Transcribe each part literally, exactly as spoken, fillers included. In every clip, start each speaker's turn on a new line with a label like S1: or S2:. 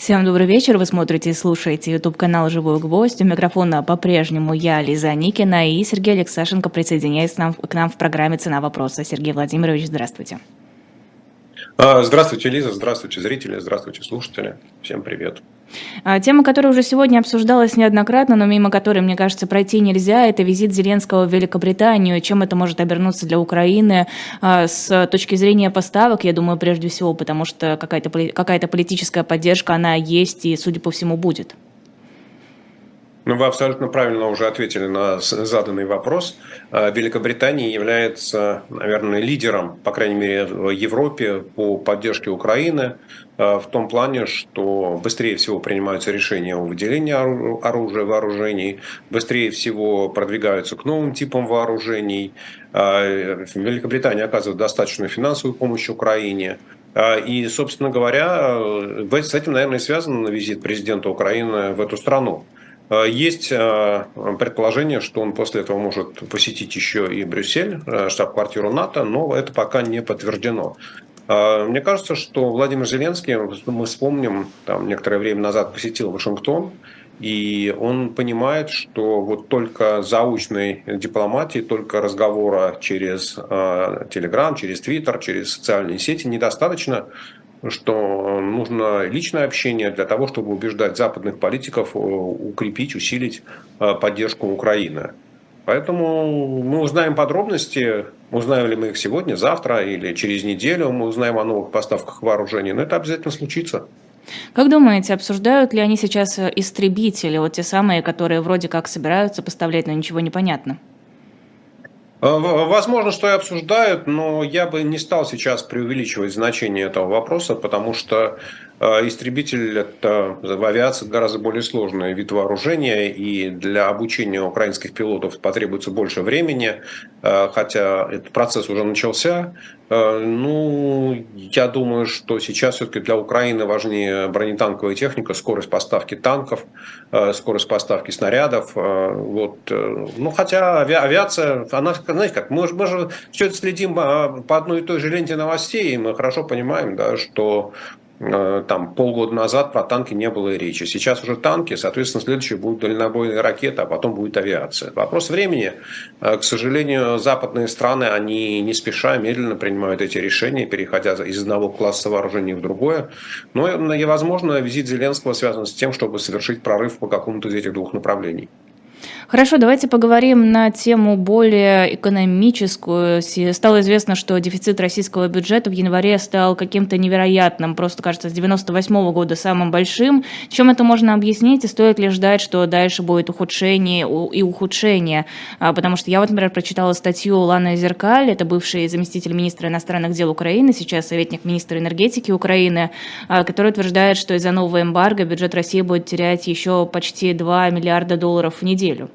S1: Всем добрый вечер. Вы смотрите и слушаете YouTube-канал «Живой гвоздь». У микрофона по-прежнему я, Лиза Никина, и Сергей Алексашенко присоединяется к нам, к нам в программе «Цена вопроса». Сергей Владимирович, здравствуйте.
S2: Здравствуйте, Лиза, здравствуйте, зрители, здравствуйте, слушатели. Всем привет.
S1: Тема, которая уже сегодня обсуждалась неоднократно, но мимо которой, мне кажется, пройти нельзя, это визит Зеленского в Великобританию. Чем это может обернуться для Украины с точки зрения поставок, я думаю, прежде всего, потому что какая-то какая-то политическая поддержка, она есть и, судя по всему, будет.
S2: Ну, вы абсолютно правильно уже ответили на заданный вопрос. Великобритания является, наверное, лидером, по крайней мере, в Европе по поддержке Украины, в том плане, что быстрее всего принимаются решения о выделении оружия, вооружений, быстрее всего продвигаются к новым типам вооружений. Великобритания оказывает достаточную финансовую помощь Украине. И, собственно говоря, с этим, наверное, и связан визит президента Украины в эту страну. Есть предположение, что он после этого может посетить еще и Брюссель, штаб-квартиру НАТО, но это пока не подтверждено. Мне кажется, что Владимир Зеленский, мы вспомним, там некоторое время назад посетил Вашингтон, и он понимает, что вот только заочной дипломатии, только разговора через Телеграм, через Твиттер, через социальные сети недостаточно, что нужно личное общение для того, чтобы убеждать западных политиков укрепить, усилить поддержку Украины. Поэтому мы узнаем подробности, узнаем ли мы их сегодня, завтра или через неделю, мы узнаем о новых поставках вооружений, но это обязательно случится.
S1: Как думаете, обсуждают ли они сейчас истребители, вот те самые, которые вроде как собираются поставлять, но ничего не понятно?
S2: Возможно, что и обсуждают, но я бы не стал сейчас преувеличивать значение этого вопроса, потому что истребитель – это в авиации гораздо более сложный вид вооружения, и для обучения украинских пилотов потребуется больше времени, хотя этот процесс уже начался. Ну, я думаю, что сейчас все-таки для Украины важнее бронетанковая техника, скорость поставки танков, скорость поставки снарядов. Вот. Ну, хотя авиация, она, знаете как, мы, мы же все это следим по одной и той же ленте новостей, и мы хорошо понимаем, да, что там полгода назад про танки не было и речи. Сейчас уже танки, соответственно, следующие будут дальнобойные ракеты, а потом будет авиация. Вопрос времени. К сожалению, западные страны, они не спеша, медленно принимают эти решения, переходя из одного класса вооружений в другое. Но, возможно, визит Зеленского связан с тем, чтобы совершить прорыв по какому-то из этих двух направлений.
S1: Хорошо, давайте поговорим на тему более экономическую. Стало известно, что дефицит российского бюджета в январе стал каким-то невероятным, просто, кажется, с девяносто восьмого года самым большим. Чем это можно объяснить и стоит ли ждать, что дальше будет ухудшение и ухудшение? Потому что я вот, например, прочитала статью Ланы Зеркаль, это бывший заместитель министра иностранных дел Украины, сейчас советник министра энергетики Украины, который утверждает, что из-за нового эмбарго бюджет России будет терять еще почти два миллиарда долларов в неделю.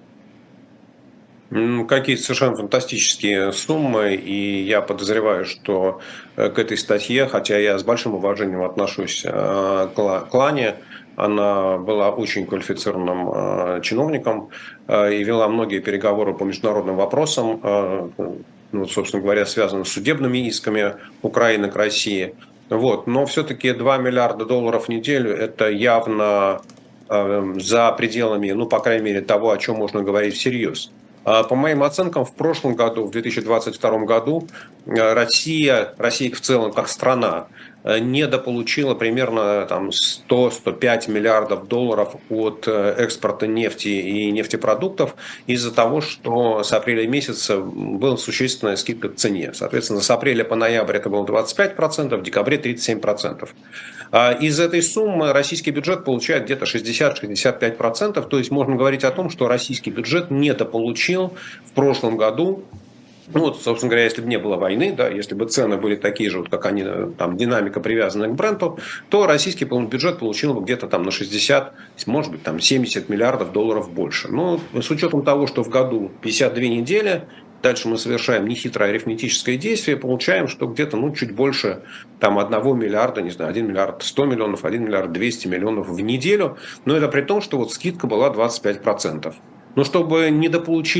S2: Какие-то совершенно фантастические суммы, и я подозреваю, что к этой статье, хотя я с большим уважением отношусь к Лане, она была очень квалифицированным чиновником и вела многие переговоры по международным вопросам, ну, собственно говоря, связанным с судебными исками Украины к России. Вот. Но все-таки два миллиарда долларов в неделю – это явно за пределами, ну, по крайней мере, того, о чем можно говорить всерьез. По моим оценкам, в прошлом году, в две тысячи двадцать втором году, Россия, Россия в целом как страна, недополучила примерно там, сто - сто пять миллиардов долларов от экспорта нефти и нефтепродуктов из-за того, что с апреля месяца была существенная скидка к цене. Соответственно, с апреля по ноябрь это было двадцать пять процентов, в декабре тридцать семь процентов. Из этой суммы российский бюджет получает где-то шестьдесят - шестьдесят пять процентов, то есть можно говорить о том, что российский бюджет недополучил в прошлом году. Ну вот, собственно говоря, если бы не было войны, да, если бы цены были такие же, вот, как они, там, динамика привязана к бренду, то российский бюджет получил бы где-то там на шестьдесят, может быть, там семьдесят миллиардов долларов больше. Но с учетом того, что в году пятьдесят две недели, дальше мы совершаем нехитрое арифметическое действие, получаем, что где-то ну, чуть больше там, одного миллиарда, не знаю, один миллиард сто миллионов, один миллиард двести миллионов в неделю. Но это при том, что вот скидка была двадцать пять процентов. Но чтобы недополучить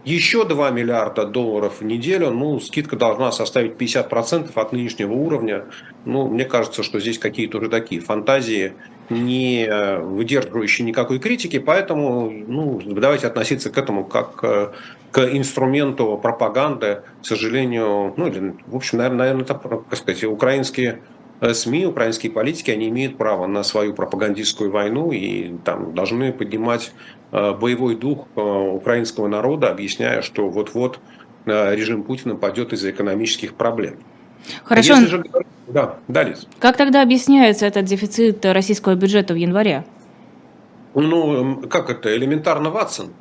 S2: еще два миллиарда долларов в неделю, ну, скидка должна составить пятьдесят процентов от нынешнего уровня. Ну, мне кажется, что здесь какие-то уже такие фантазии, не выдерживающие никакой критики, поэтому, ну, давайте относиться к этому как к инструменту пропаганды. К сожалению, ну, или, в общем, наверное, это, как сказать, украинские СМИ, украинские политики, они имеют право на свою пропагандистскую войну и там должны поднимать боевой дух украинского народа, объясняя, что вот-вот режим Путина падет из-за экономических проблем.
S1: Хорошо.
S2: Если же... Да, да, Лиз.
S1: Как тогда объясняется этот дефицит российского бюджета в январе?
S2: Ну, как это, элементарно, Ватсон.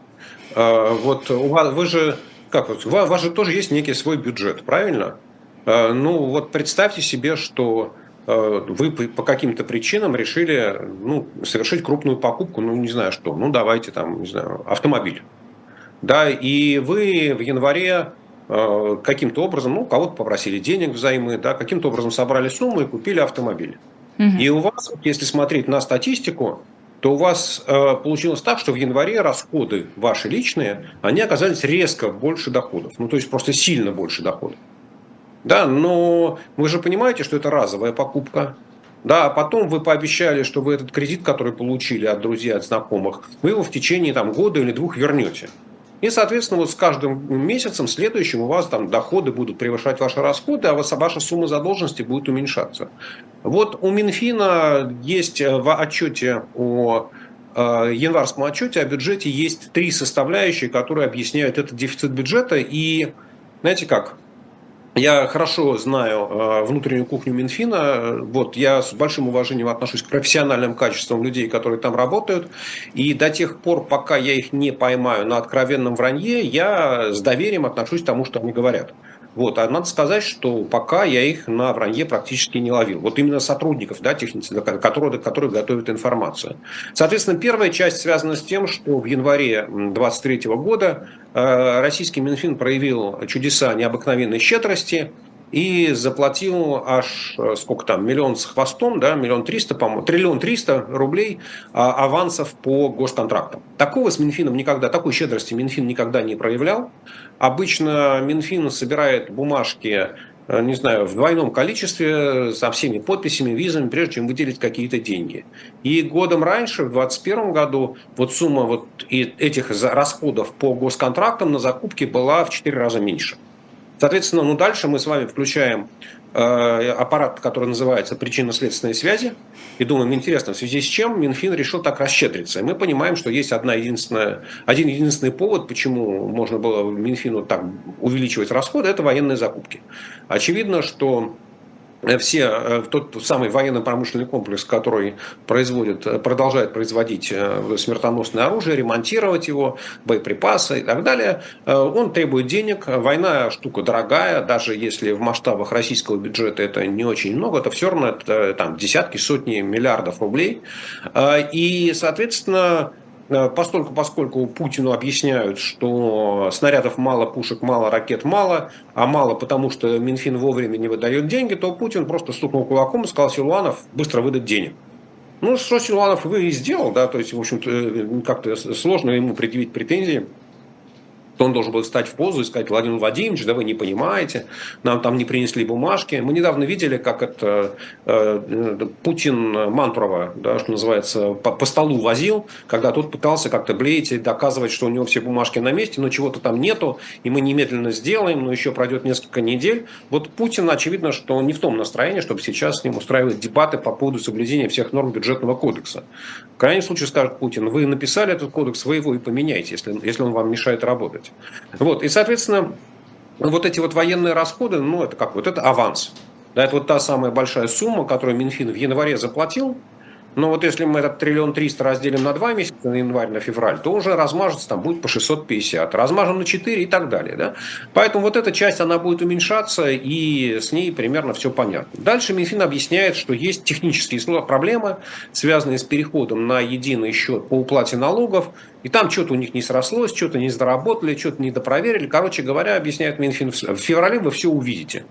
S2: Вот у вас, вы же, как вот, у вас же тоже есть некий свой бюджет, правильно? Ну, вот представьте себе, что вы по каким-то причинам решили, ну, совершить крупную покупку, ну, не знаю что, ну, давайте там, не знаю, автомобиль. Да, и вы в январе каким-то образом, ну, кого-то попросили денег взаймы, да, каким-то образом собрали сумму и купили автомобиль. Угу. И у вас, если смотреть на статистику, то у вас э, получилось так, что в январе расходы ваши личные, они оказались резко больше доходов. Ну, то есть просто сильно больше доходов. Да, но вы же понимаете, что это разовая покупка. Да, а потом вы пообещали, что вы этот кредит, который получили от друзей, от знакомых, вы его в течение там, года или двух вернете. И, соответственно, вот с каждым месяцем следующим у вас там доходы будут превышать ваши расходы, а ваша сумма задолженности будет уменьшаться. Вот у Минфина есть в отчете о январском отчете о бюджете есть три составляющие, которые объясняют этот дефицит бюджета. И знаете как? Я хорошо знаю внутреннюю кухню Минфина. Вот, я с большим уважением отношусь к профессиональным качествам людей, которые там работают. И до тех пор, пока я их не поймаю на откровенном вранье, я с доверием отношусь к тому, что они говорят. Вот, а надо сказать, что пока я их на вранье практически не ловил. Вот именно сотрудников, да, техницы, которые, которые готовят информацию. Соответственно, первая часть связана с тем, что в январе две тысячи двадцать третьего года российский Минфин проявил чудеса необыкновенной щедрости и заплатил аж, сколько там, миллион с хвостом, да, миллион триста, по-моему, триллион триста рублей авансов по госконтрактам. Такого с Минфином никогда, такой щедрости Минфин никогда не проявлял. Обычно Минфин собирает бумажки, не знаю, в двойном количестве, со всеми подписями, визами, прежде чем выделить какие-то деньги. И годом раньше, в двадцать первом году, вот сумма вот этих расходов по госконтрактам на закупки была в четыре раза меньше. Соответственно, ну дальше мы с вами включаем э, аппарат, который называется причинно-следственные связи, и думаем, интересно, в связи с чем Минфин решил так расщедриться. И мы понимаем, что есть одна единственная, один единственный повод, почему можно было Минфину так увеличивать расходы, это военные закупки. Очевидно, что все, тот самый военно-промышленный комплекс, который производит, продолжает производить смертоносное оружие, ремонтировать его, боеприпасы и так далее, он требует денег. Война штука дорогая, даже если в масштабах российского бюджета это не очень много, это все равно это, там, десятки, сотни миллиардов рублей. И, соответственно, Постольку, поскольку Путину объясняют, что снарядов мало, пушек мало, ракет мало, а мало потому, что Минфин вовремя не выдает деньги, то Путин просто стукнул кулаком и сказал: Силуанов, быстро выдать денег. Ну, что Силуанов вы и сделал, да, то есть, в общем-то, как-то сложно ему предъявить претензии. Он должен был встать в позу и сказать: Владимир Владимирович, да вы не понимаете, нам там не принесли бумажки. Мы недавно видели, как это э, Путин Мантурова, да, что называется, по, по столу возил, когда тот пытался как-то блеять и доказывать, что у него все бумажки на месте, но чего-то там нету, и мы немедленно сделаем, но еще пройдет несколько недель. Вот Путин, очевидно, что он не в том настроении, чтобы сейчас с ним устраивать дебаты по поводу соблюдения всех норм бюджетного кодекса. В крайнем случае скажет Путин: вы написали этот кодекс, вы его и поменяйте, если, если он вам мешает работать. Вот, и, соответственно, вот эти вот военные расходы, ну, это как вот, это аванс. Да, это вот та самая большая сумма, которую Минфин в январе заплатил. Но вот если мы этот триллион триста разделим на два месяца, на январь, на февраль, то уже размажется, там будет по шестьсот пятьдесят, размажем на четыре и так далее. Да? Поэтому вот эта часть, она будет уменьшаться, и с ней примерно все понятно. Дальше Минфин объясняет, что есть технические проблемы, связанные с переходом на единый счет по уплате налогов, и там что-то у них не срослось, что-то не доработали, что-то не допроверили. Короче говоря, объясняет Минфин, в феврале вы все увидите.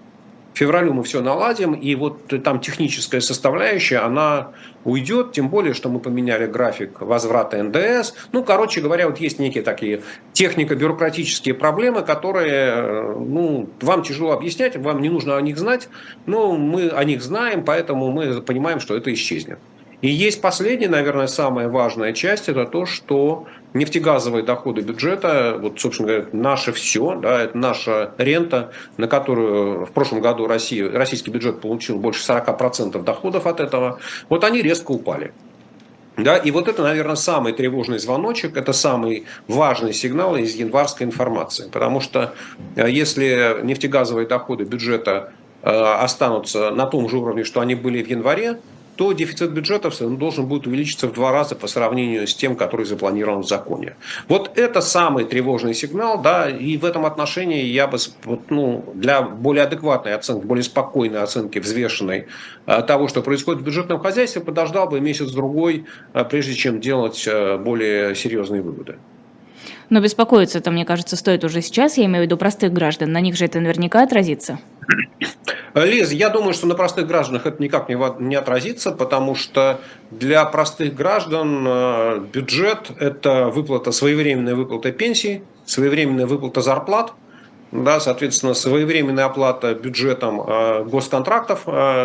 S2: К февралю мы все наладим, и вот там техническая составляющая, она уйдет, тем более, что мы поменяли график возврата эн дэ эс. Ну, короче говоря, вот есть некие такие технико-бюрократические проблемы, которые, ну, вам тяжело объяснять, вам не нужно о них знать, но мы о них знаем, поэтому мы понимаем, что это исчезнет. И есть последняя, наверное, самая важная часть, это то, что нефтегазовые доходы бюджета, вот, собственно говоря, наше все, да, это наша рента, на которую в прошлом году Россия, российский бюджет получил больше сорок процентов доходов от этого, вот они резко упали. Да, и вот это, наверное, самый тревожный звоночек, это самый важный сигнал из январской информации. Потому что если нефтегазовые доходы бюджета останутся на том же уровне, что они были в январе, то дефицит бюджета должен будет увеличиться в два раза по сравнению с тем, который запланирован в законе. Вот это самый тревожный сигнал, да, и в этом отношении я бы, ну, для более адекватной оценки, более спокойной оценки, взвешенной того, что происходит в бюджетном хозяйстве, подождал бы месяц-другой, прежде чем делать более серьезные выводы.
S1: Но беспокоиться-то, мне кажется, стоит уже сейчас, я имею в виду простых граждан, на них же это наверняка отразится.
S2: Лиз, я думаю, что на простых гражданах это никак не отразится, потому что для простых граждан бюджет – это выплата, своевременная выплата пенсий, своевременная выплата зарплат, да, соответственно, своевременная оплата бюджетом госконтрактов,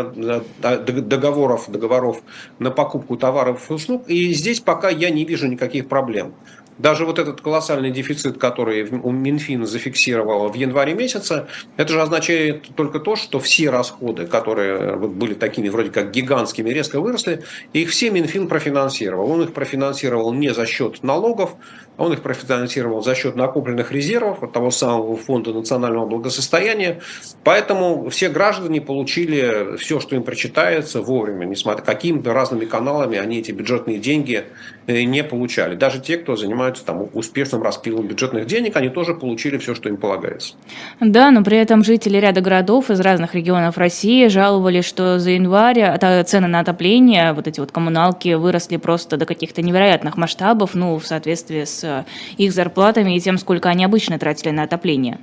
S2: договоров, договоров на покупку товаров и услуг. И здесь пока я не вижу никаких проблем. Даже вот этот колоссальный дефицит, который Минфин зафиксировал в январе месяце, это же означает только то, что все расходы, которые были такими вроде как гигантскими, резко выросли, их все Минфин профинансировал. Он их профинансировал не за счет налогов, а он их профинансировал за счет накопленных резервов от того самого фонда национального благосостояния. Поэтому все граждане получили все, что им причитается, вовремя, несмотря какими-то разными каналами они эти бюджетные деньги не получали. Даже те, кто занимается там успешным распилом бюджетных денег, они тоже получили все, что им полагается.
S1: Да, но при этом жители ряда городов из разных регионов России жаловались, что за январь цены на отопление, вот эти вот коммуналки выросли просто до каких-то невероятных масштабов, ну, в соответствии с их зарплатами и тем, сколько они обычно тратили на отопление.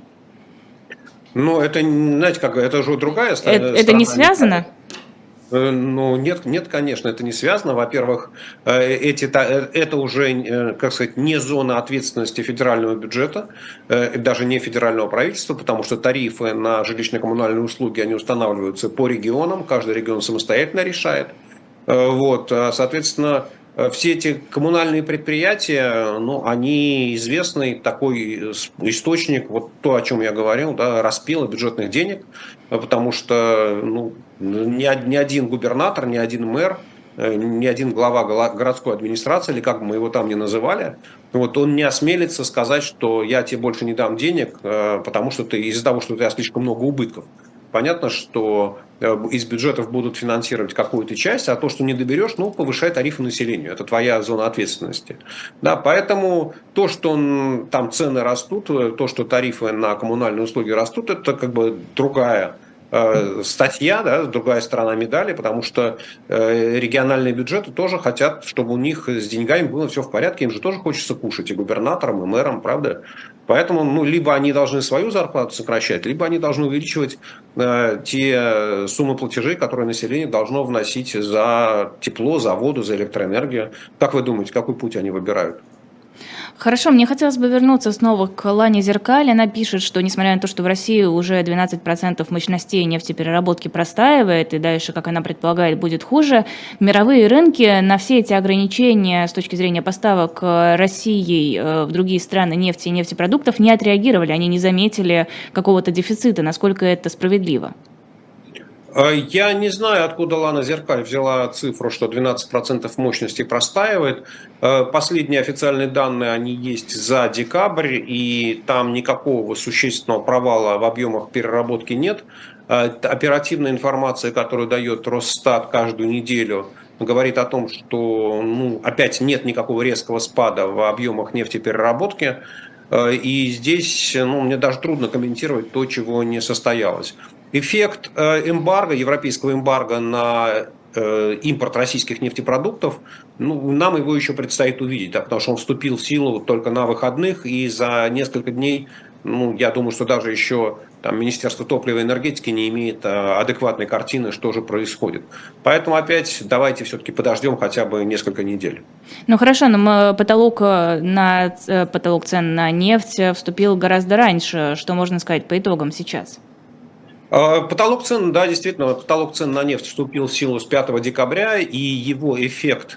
S2: Ну, это, знаете, как, это же другая сторона.
S1: Это, это не связано?
S2: Ну, нет, нет, конечно, это не связано. Во-первых, эти, это уже, как сказать, не зона ответственности федерального бюджета, даже не федерального правительства, потому что тарифы на жилищно-коммунальные услуги, они устанавливаются по регионам, каждый регион самостоятельно решает. Вот, соответственно, все эти коммунальные предприятия, ну, они известный такой источник, вот то, о чем я говорил, да, распила бюджетных денег, потому что ну, ни, ни один губернатор, ни один мэр, ни один глава городской администрации, или как бы мы его там ни называли, вот, он не осмелится сказать, что я тебе больше не дам денег, потому что ты из-за того, что у тебя слишком много убытков. Понятно, что из бюджетов будут финансировать какую-то часть, а то, что не доберешь, ну, повышай тарифы населению. Это твоя зона ответственности. Да, поэтому то, что там цены растут, то, что тарифы на коммунальные услуги растут, это как бы другая статья, да, другая сторона медали, потому что региональные бюджеты тоже хотят, чтобы у них с деньгами было все в порядке, им же тоже хочется кушать и губернаторам, и мэрам, правда? Поэтому ну, либо они должны свою зарплату сокращать, либо они должны увеличивать э, те суммы платежей, которые население должно вносить за тепло, за воду, за электроэнергию. Как вы думаете, какой путь они выбирают?
S1: Хорошо, мне хотелось бы вернуться снова к Лане Зеркаль. Она пишет, что несмотря на то, что в России уже двенадцать процентов мощностей нефтепереработки простаивает, и дальше, как она предполагает, будет хуже, мировые рынки на все эти ограничения с точки зрения поставок Россией в другие страны нефти и нефтепродуктов не отреагировали, они не заметили какого-то дефицита. Насколько это справедливо?
S2: Я не знаю, откуда Лана Зеркаль взяла цифру, что двенадцать процентов мощности простаивает. Последние официальные данные, они есть за декабрь, и там никакого существенного провала в объемах переработки нет. Оперативная информация, которую дает Росстат каждую неделю, говорит о том, что ну, опять нет никакого резкого спада в объемах нефтепереработки. И здесь ну, мне даже трудно комментировать то, чего не состоялось. Эффект эмбарго, европейского эмбарго на импорт российских нефтепродуктов, ну, нам его еще предстоит увидеть, да, потому что он вступил в силу только на выходных, и за несколько дней, ну, я думаю, что даже еще там Министерство топлива и энергетики не имеет адекватной картины, что же происходит. Поэтому опять давайте все-таки подождем хотя бы несколько недель.
S1: Ну хорошо, но потолок, на, потолок цен на нефть вступил гораздо раньше. Что можно сказать по итогам сейчас?
S2: Потолок цен, да, действительно, потолок цен на нефть вступил в силу с пятого декабря, и его эффект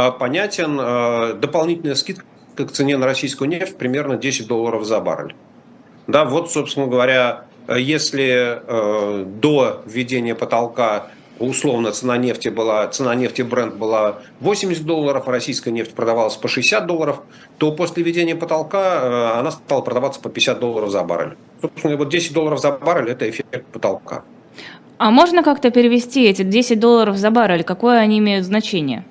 S2: понятен. Дополнительная скидка к цене на российскую нефть примерно десять долларов за баррель. Да, вот, собственно говоря, если э, до введения потолка условно цена нефти была, цена нефти Brent была восемьдесят долларов, а российская нефть продавалась по шестьдесят долларов, то после введения потолка э, она стала продаваться по пятьдесят долларов за баррель. Собственно, вот десять долларов за баррель – это эффект потолка.
S1: А можно как-то перевести эти десять долларов за баррель? Какое они имеют значение?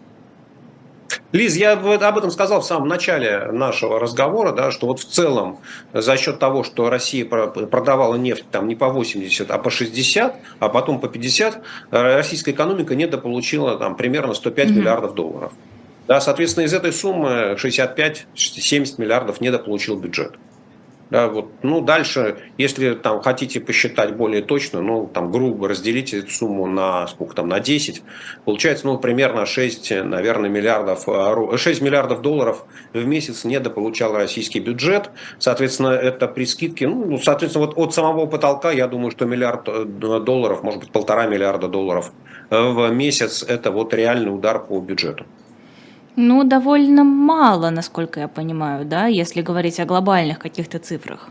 S2: Лиз, я об этом сказал в самом начале нашего разговора, да, что вот в целом за счет того, что Россия продавала нефть там не по восемьдесят, а по шестьдесят, а потом по пятьдесят, российская экономика недополучила там примерно сто пять mm-hmm. миллиардов долларов. Да, соответственно, из этой суммы шестьдесят пять - семьдесят миллиардов недополучил бюджет. Да, вот. Ну, дальше, если там хотите посчитать более точно, ну, там, грубо разделите эту сумму на сколько там, на десять, получается, ну, примерно шесть, наверное, миллиардов, шесть миллиардов долларов в месяц недополучал российский бюджет. Соответственно, это при скидке, ну, соответственно, вот от самого потолка, я думаю, что миллиард долларов, может быть, полтора миллиарда долларов в месяц, это вот реальный удар по бюджету.
S1: Ну, довольно мало, насколько я понимаю, да, если говорить о глобальных каких-то цифрах.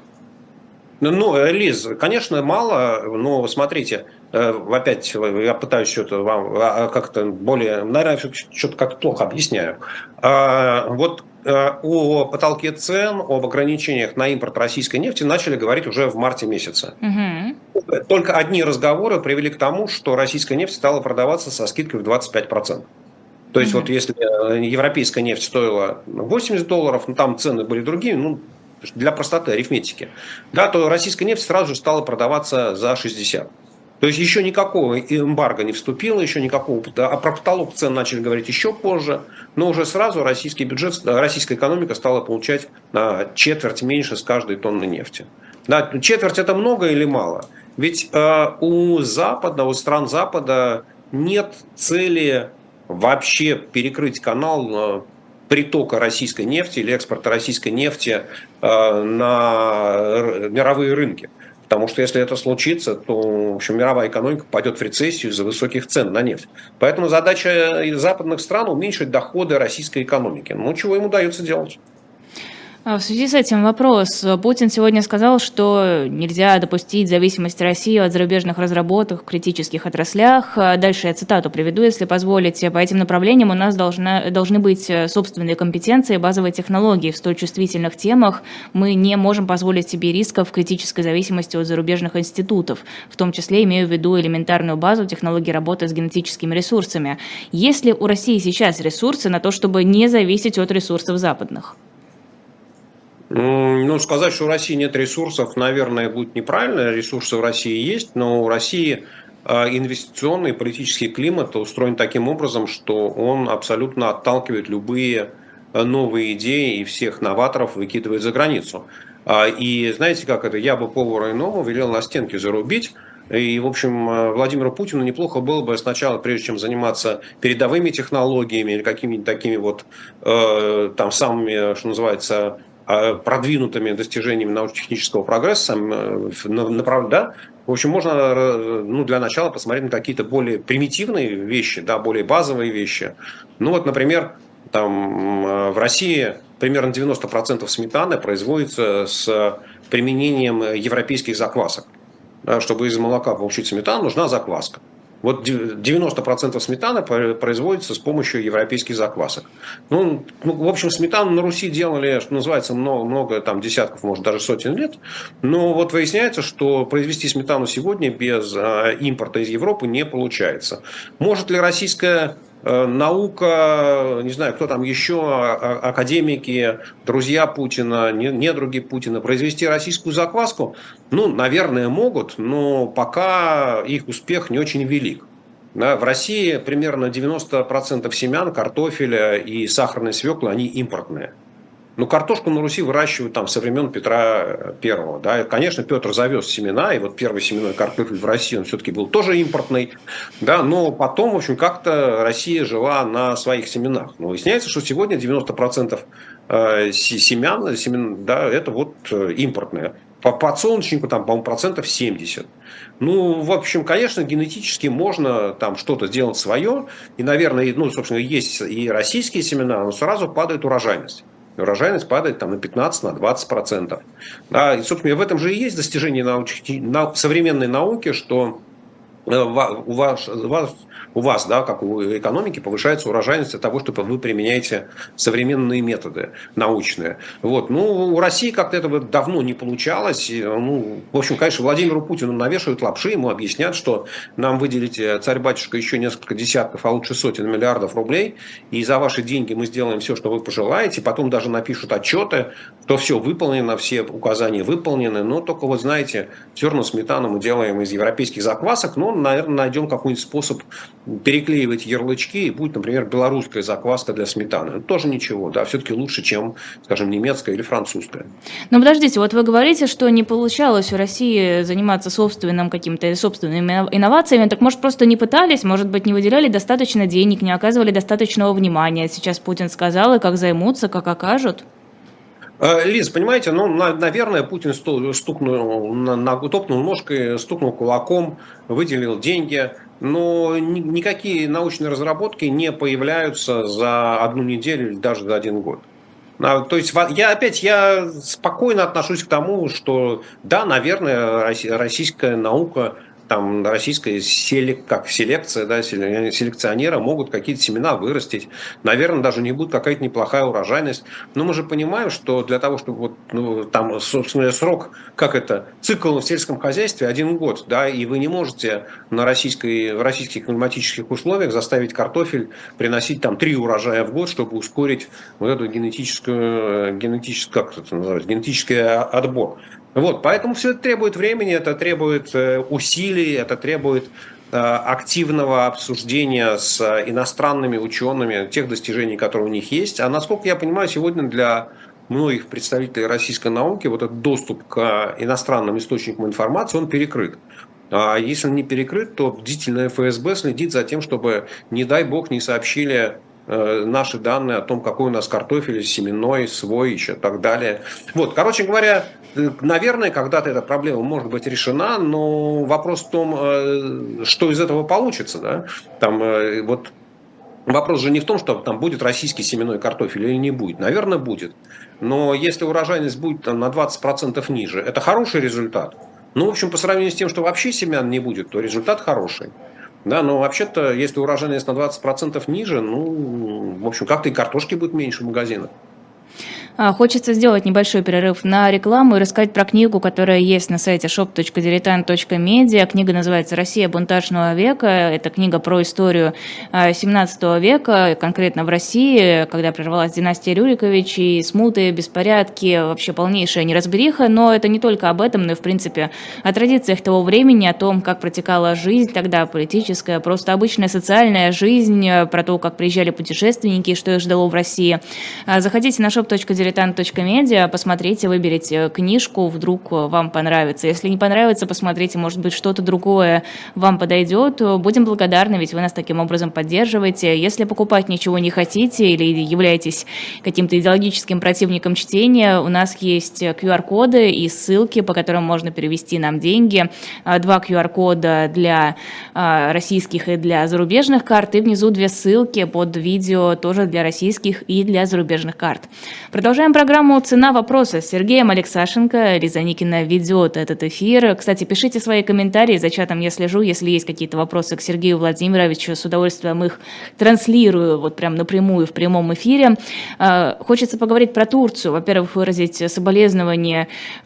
S2: Ну, Лиз, конечно, мало, но смотрите, опять я пытаюсь что-то вам как-то более, наверное, что-то как-то плохо объясняю. Вот о потолке цен, об ограничениях на импорт российской нефти начали говорить уже в марте месяце. Угу. Только одни разговоры привели к тому, что российская нефть стала продаваться со скидкой в двадцать пять процентов. То есть, mm-hmm. вот если европейская нефть стоила восемьдесят долларов, ну там цены были другие, ну, для простоты арифметики, да, то российская нефть сразу же стала продаваться за шестьдесят. То есть еще никакого эмбарго не вступило, еще никакого, а про потолок цен начали говорить еще позже, но уже сразу российский бюджет, российская экономика стала получать на четверть меньше с каждой тонны нефти. Да, четверть это много или мало? Ведь э, у Запада, у стран Запада нет цели вообще перекрыть канал притока российской нефти или экспорта российской нефти на мировые рынки. Потому что если это случится, то в общем, мировая экономика пойдет в рецессию из-за высоких цен на нефть. Поэтому задача западных стран уменьшить доходы российской экономики. Ну, чего им удается делать?
S1: В связи с этим вопрос. Путин сегодня сказал, что нельзя допустить зависимость России от зарубежных разработок в критических отраслях. Дальше я цитату приведу, если позволите. По этим направлениям у нас должна, должны быть собственные компетенции, базовые технологии в столь чувствительных темах. Мы не можем позволить себе рисков критической зависимости от зарубежных институтов. В том числе имею в виду элементарную базу технологий работы с генетическими ресурсами. Есть ли у России сейчас ресурсы на то, чтобы не зависеть от ресурсов западных?
S2: Ну, сказать, что у России нет ресурсов, наверное, будет неправильно. Ресурсы в России есть, но у России инвестиционный и политический климат устроен таким образом, что он абсолютно отталкивает любые новые идеи и всех новаторов выкидывает за границу. И знаете, как это? Я бы повару иному велел на стенке зарубить. И, в общем, Владимиру Путину неплохо было бы сначала, прежде чем заниматься передовыми технологиями или какими-нибудь такими вот э, там самыми, что называется, продвинутыми достижениями научно-технического прогресса, да, в общем, можно ну, для начала посмотреть на какие-то более примитивные вещи, да, более базовые вещи. Ну вот, например, там, в России примерно девяносто процентов сметаны производится с применением европейских заквасок. Да, чтобы из молока получить сметану, нужна закваска. Вот девяносто процентов сметаны производится с помощью европейских заквасок. Ну, ну, в общем, сметану на Руси делали, что называется, много, много там, десятков, может, даже сотен лет. Но вот выясняется, что произвести сметану сегодня без э, импорта из Европы не получается. Может ли российская э, наука, не знаю, кто там еще, а, академики, друзья Путина, недруги Путина, произвести российскую закваску? Ну, наверное, могут, но пока их успех не очень велик. Да, в России примерно девяносто процентов семян, картофеля и сахарной свеклы, они импортные. Но картошку на Руси выращивают там со времен Петра Первого. Да. И, конечно, Петр завез семена, и вот первый семенной картофель в России, он все-таки был тоже импортный. Да, но потом, в общем, как-то Россия жила на своих семенах. Но выясняется, что сегодня девяносто процентов семян, семян да, это вот импортные. По подсолнечнику там, по-моему, процентов семьдесят. Ну, в общем, конечно, генетически можно там что-то сделать свое. И, наверное, ну, собственно, есть и российские семена, но сразу падает урожайность. Урожайность падает там, на пятнадцать на двадцать процентов. Да, и, собственно, в этом же и есть достижение науч... современной науки, что у вас, у вас, у вас, да, как у экономики, повышается урожайность от того, что вы применяете современные методы научные. Вот. Ну, у России как-то этого давно не получалось. Ну, в общем, конечно, Владимиру Путину навешивают лапши, ему объяснят, что нам выделите, царь-батюшка, еще несколько десятков, а лучше сотен миллиардов рублей, и за ваши деньги мы сделаем все, что вы пожелаете. Потом даже напишут отчеты, что все выполнено, все указания выполнены. Но только вот, знаете, зерна сметану мы делаем из европейских заквасок, но, наверное, найдем какой-нибудь способ переклеивать ярлычки, и будет, например, белорусская закваска для сметаны. Это тоже ничего, да, все-таки лучше, чем, скажем, немецкая или французская.
S1: Но подождите, вот вы говорите, что не получалось у России заниматься собственным каким-то собственными инновациями, так может просто не пытались, может быть, не выделяли достаточно денег, не оказывали достаточного внимания. Сейчас Путин сказал, и как займутся, как окажут?
S2: Лиз, понимаете, ну, наверное, Путин стукнул, топнул ножкой, стукнул кулаком, выделил деньги, но никакие научные разработки не появляются за одну неделю или даже за один год. То есть я опять я спокойно отношусь к тому, что да, наверное, российская наука, там российская селек, как селекция, да, селекционеры могут какие-то семена вырастить. Наверное, даже не будет какая-то неплохая урожайность. Но мы же понимаем, что для того, чтобы вот, ну, там, собственно, срок, как это, цикл в сельском хозяйстве один год, да, и вы не можете на российской, в российских климатических условиях заставить картофель приносить там три урожая в год, чтобы ускорить вот эту генетическую, генетическую, как это называется, генетический отбор. Вот, поэтому все это требует времени, это требует усилий, это требует активного обсуждения с иностранными учеными тех достижений, которые у них есть. А насколько я понимаю, сегодня для многих представителей российской науки вот этот доступ к иностранным источникам информации, он перекрыт. А если он не перекрыт, то бдительное эф эс бэ следит за тем, чтобы, не дай бог, не сообщили наши данные о том, какой у нас картофель, семенной, свой, еще и так далее. Вот, короче говоря, наверное, когда-то эта проблема может быть решена, но вопрос в том, что из этого получится. Да? Там, вот, вопрос же не в том, что там будет российский семенной картофель или не будет. Наверное, будет. Но если урожайность будет там, на двадцать процентов ниже, это хороший результат. Ну, в общем, по сравнению с тем, что вообще семян не будет, то результат хороший. Да, но вообще-то, если урожайность на двадцать процентов ниже, ну, в общем, как-то и картошки будет меньше в магазинах.
S1: Хочется сделать небольшой перерыв на рекламу и рассказать про книгу, которая есть на сайте шоп точка дилетант точка медиа. Книга называется «Россия бунтажного века». Это книга про историю семнадцатого века, конкретно в России, когда прервалась династия Рюриковичей, смуты, беспорядки, вообще полнейшая неразбериха. Но это не только об этом, но и, в принципе, о традициях того времени, о том, как протекала жизнь тогда, политическая, просто обычная социальная жизнь, про то, как приезжали путешественники, что их ждало в России. Заходите на шоп точка дилетант точка медиа, посмотрите, выберите книжку, вдруг вам понравится. Если не понравится, посмотрите, может быть, что-то другое вам подойдет. Будем благодарны, ведь вы нас таким образом поддерживаете. Если покупать ничего не хотите или являетесь каким-то идеологическим противником чтения, у нас есть ку ар-коды и ссылки, по которым можно перевести нам деньги. Два ку ар-кода для российских и для зарубежных карт, и внизу две ссылки под видео тоже для российских и для зарубежных карт. Продолжаем программу «Цена вопроса» с Сергеем Алексашенко. Лиза Никина ведет этот эфир. Кстати, пишите свои комментарии, за чатом я слежу. Если есть какие-то вопросы к Сергею Владимировичу, с удовольствием их транслирую вот прям напрямую в прямом эфире. Хочется поговорить про Турцию. Во-первых, выразить соболезнования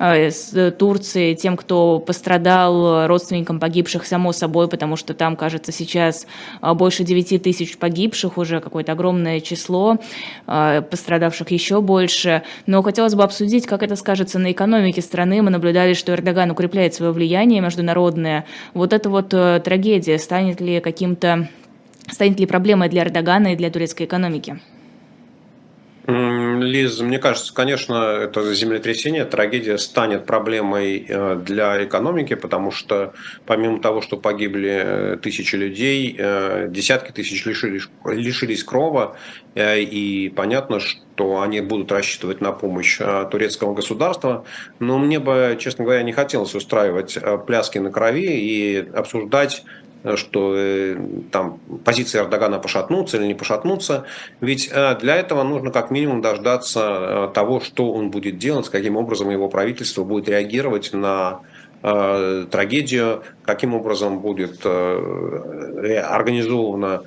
S1: с Турции тем, кто пострадал, родственникам погибших, само собой, потому что там, кажется, сейчас больше девяти тысяч погибших, уже какое-то огромное число, пострадавших еще больше. Но хотелось бы обсудить, как это скажется на экономике страны. Мы наблюдали, что Эрдоган укрепляет свое влияние международное. Вот эта вот трагедия станет ли каким-то, станет ли проблемой для Эрдогана и для турецкой экономики?
S2: Лиз, мне кажется, конечно, это землетрясение, трагедия станет проблемой э, для экономики, потому что помимо того, что погибли э, тысячи людей, э, десятки тысяч лишились, лишились крова, э, и понятно, что они будут рассчитывать на помощь э, турецкого государства. Но мне бы, честно говоря, не хотелось устраивать э, пляски на крови и обсуждать, что э, там позиции Эрдогана пошатнутся или не пошатнутся. Ведь э, для этого нужно как минимум дождаться э, того, что он будет делать, каким образом его правительство будет реагировать на э, трагедию, каким образом будет э, организована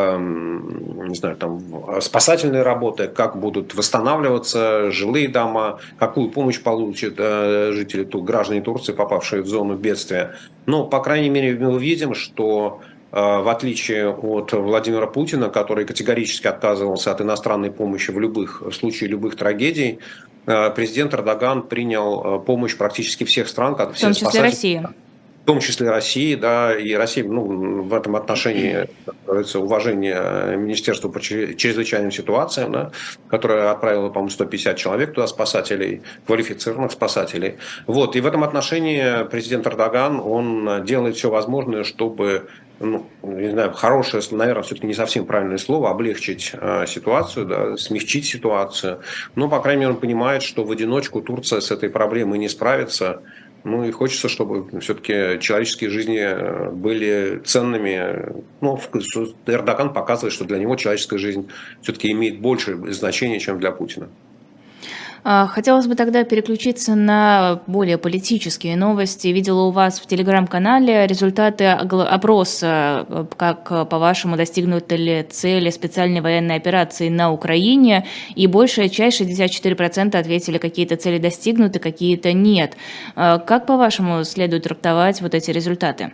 S2: не знаю, там, спасательные работы, как будут восстанавливаться жилые дома, какую помощь получат э, жители, граждане Турции, попавшие в зону бедствия. Но, по крайней мере, мы увидим, что э, в отличие от Владимира Путина, который категорически отказывался от иностранной помощи в любых в случае любых трагедий, э, президент Эрдоган принял помощь практически всех стран, как
S1: В
S2: все
S1: том числе
S2: спасатели.
S1: России.
S2: В том числе России, да, и Россия, ну, в этом отношении, как говорится, уважение Министерству по чрезвычайным ситуациям, да, которое отправило, по-моему, сто пятьдесят человек туда, спасателей, квалифицированных спасателей. Вот, и в этом отношении президент Эрдоган, он делает все возможное, чтобы, ну, не знаю, хорошее, наверное, все-таки не совсем правильное слово, облегчить э, ситуацию, да, смягчить ситуацию. Но, по крайней мере, он понимает, что в одиночку Турция с этой проблемой не справится. Ну и хочется, чтобы все-таки человеческие жизни были ценными. Ну, Эрдоган показывает, что для него человеческая жизнь все-таки имеет большее значение, чем для Путина.
S1: Хотелось бы тогда переключиться на более политические новости. Видела у вас в телеграм-канале результаты опроса, как, по-вашему, достигнуты ли цели специальной военной операции на Украине, и большая часть, шестьдесят четыре процента, ответили, какие-то цели достигнуты, какие-то нет. Как, по-вашему, следует трактовать вот эти результаты?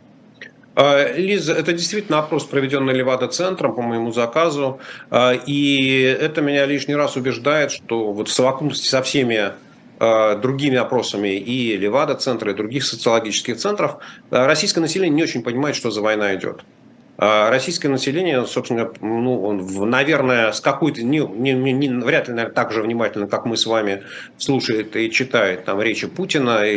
S2: Лиза, это действительно опрос, проведенный Левада-центром по моему заказу, и это меня лишний раз убеждает, что вот в совокупности со всеми другими опросами и Левада-центра, и других социологических центров российское население не очень понимает, что за война идет. Российское население, собственно, ну, наверное, с какой-то, не, не, не, вряд ли, наверное, так же внимательно, как мы с вами, слушает и читает там речи Путина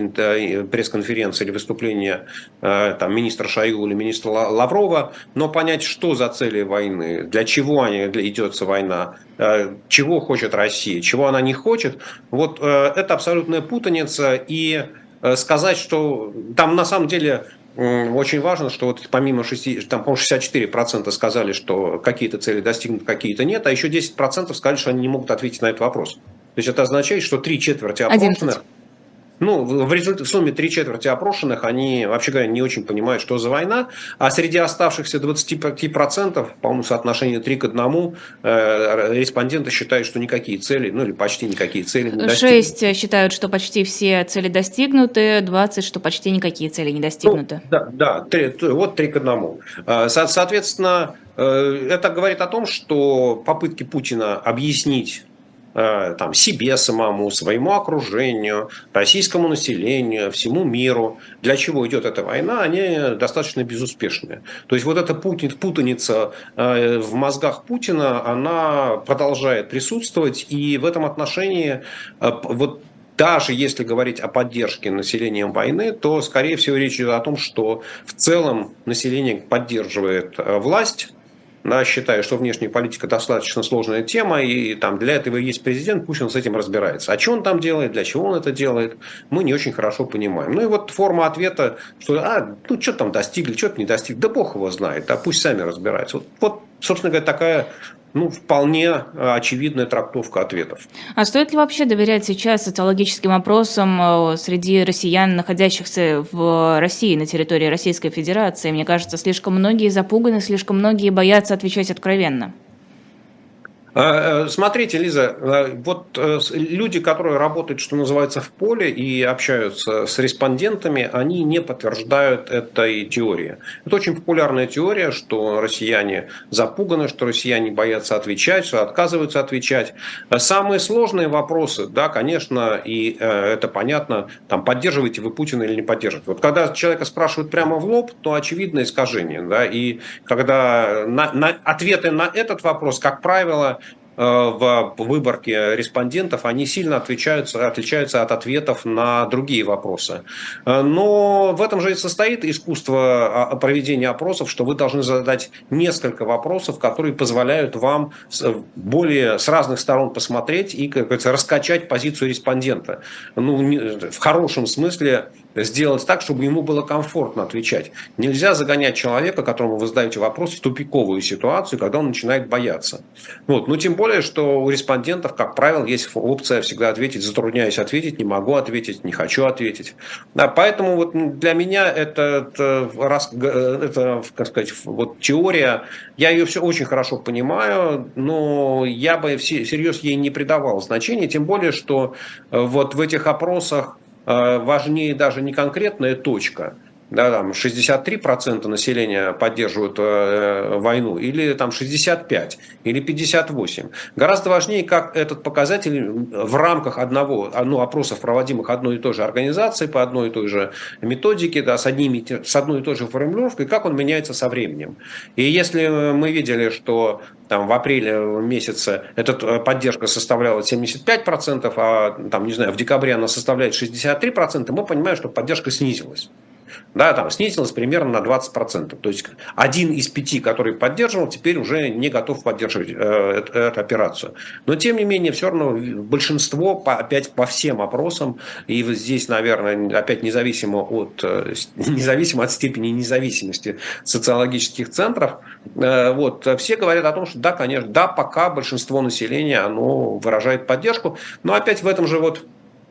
S2: или пресс-конференции, или выступления там, министра Шойгу или министра Лаврова, но понять, что за цели войны, для чего они, идется война, чего хочет Россия, чего она не хочет, вот это абсолютная путаница, и сказать, что там на самом деле... Очень важно, что вот помимо шестидесяти, там, по-моему, шестьдесят четыре процента сказали, что какие-то цели достигнуты, какие-то нет, а еще десять процентов сказали, что они не могут ответить на этот вопрос. То есть это означает, что три четверти опрошенных...
S1: одиннадцать.
S2: Ну, в результате, в сумме три четверти опрошенных, они, вообще говоря, не очень понимают, что за война. А среди оставшихся двадцати пяти процентов, по-моему, соотношение три к одному, э, респонденты считают, что никакие цели, ну или почти никакие цели не достигнуты.
S1: шесть считают, что почти все цели достигнуты, двадцать, что почти никакие цели не достигнуты.
S2: Ну, да, да, три, вот три к одному. Соответственно, это говорит о том, что попытки Путина объяснить там, себе самому, своему окружению, российскому населению, всему миру, для чего идет эта война, они достаточно безуспешные. То есть вот эта путаница в мозгах Путина, она продолжает присутствовать, и в этом отношении вот даже если говорить о поддержке населением войны, то, скорее всего, речь идет о том, что в целом население поддерживает власть. Да, считаю, что внешняя политика достаточно сложная тема, и там для этого есть президент, пусть он с этим разбирается. А что он там делает, для чего он это делает, мы не очень хорошо понимаем. Ну и вот форма ответа, что а, ну что там достигли, что-то не достигли, да бог его знает, а пусть сами разбираются. Вот, вот собственно говоря, такая... Ну, вполне очевидная трактовка ответов.
S1: А стоит ли вообще доверять сейчас социологическим опросам среди россиян, находящихся в России, на территории Российской Федерации? Мне кажется, слишком многие запуганы, слишком многие боятся отвечать откровенно.
S2: Смотрите, Лиза, вот люди, которые работают, что называется, в поле и общаются с респондентами, они не подтверждают этой теории. Это очень популярная теория, что россияне запуганы, что россияне боятся отвечать, что отказываются отвечать. Самые сложные вопросы, да, конечно, и это понятно, там, поддерживаете вы Путина или не поддерживаете. Вот когда человека спрашивают прямо в лоб, то очевидное искажение. Да, и когда на, на, ответы на этот вопрос, как правило, в выборке респондентов, они сильно отличаются, отличаются от ответов на другие вопросы. Но в этом же и состоит искусство проведения опросов, что вы должны задать несколько вопросов, которые позволяют вам более с разных сторон посмотреть и, как говорится, раскачать позицию респондента. Ну, в хорошем смысле сделать так, чтобы ему было комфортно отвечать. Нельзя загонять человека, которому вы задаете вопрос, в тупиковую ситуацию, когда он начинает бояться. Вот. Ну, тем более, что у респондентов, как правило, есть опция всегда ответить, затрудняюсь ответить, не могу ответить, не хочу ответить. Да, поэтому вот для меня это, это, это, как сказать, вот теория, я ее все очень хорошо понимаю, но я бы всерьез ей не придавал значения, тем более, что вот в этих опросах важнее даже не конкретная точка, да, там шестьдесят три процента населения поддерживают э, войну, или там шестьдесят пять, или пятьдесят восемь. Гораздо важнее, как этот показатель в рамках одного, ну, опросов, проводимых одной и той же организацией, по одной и той же методике, да, с, одними, с одной и той же формулировкой, как он меняется со временем. И если мы видели, что там, в апреле месяце эта поддержка составляла семьдесят пять процентов, а там, не знаю, в декабре она составляет шестьдесят три процента, мы понимаем, что поддержка снизилась. Да, там снизилась примерно на двадцать процентов. То есть один из пяти, который поддерживал, теперь уже не готов поддерживать э, эту, эту операцию. Но тем не менее, все равно большинство, по, опять по всем опросам, и здесь, наверное, опять независимо от, независимо от степени независимости социологических центров, э, вот, все говорят о том, что да, конечно, да, пока большинство населения оно выражает поддержку. Но опять в этом же вот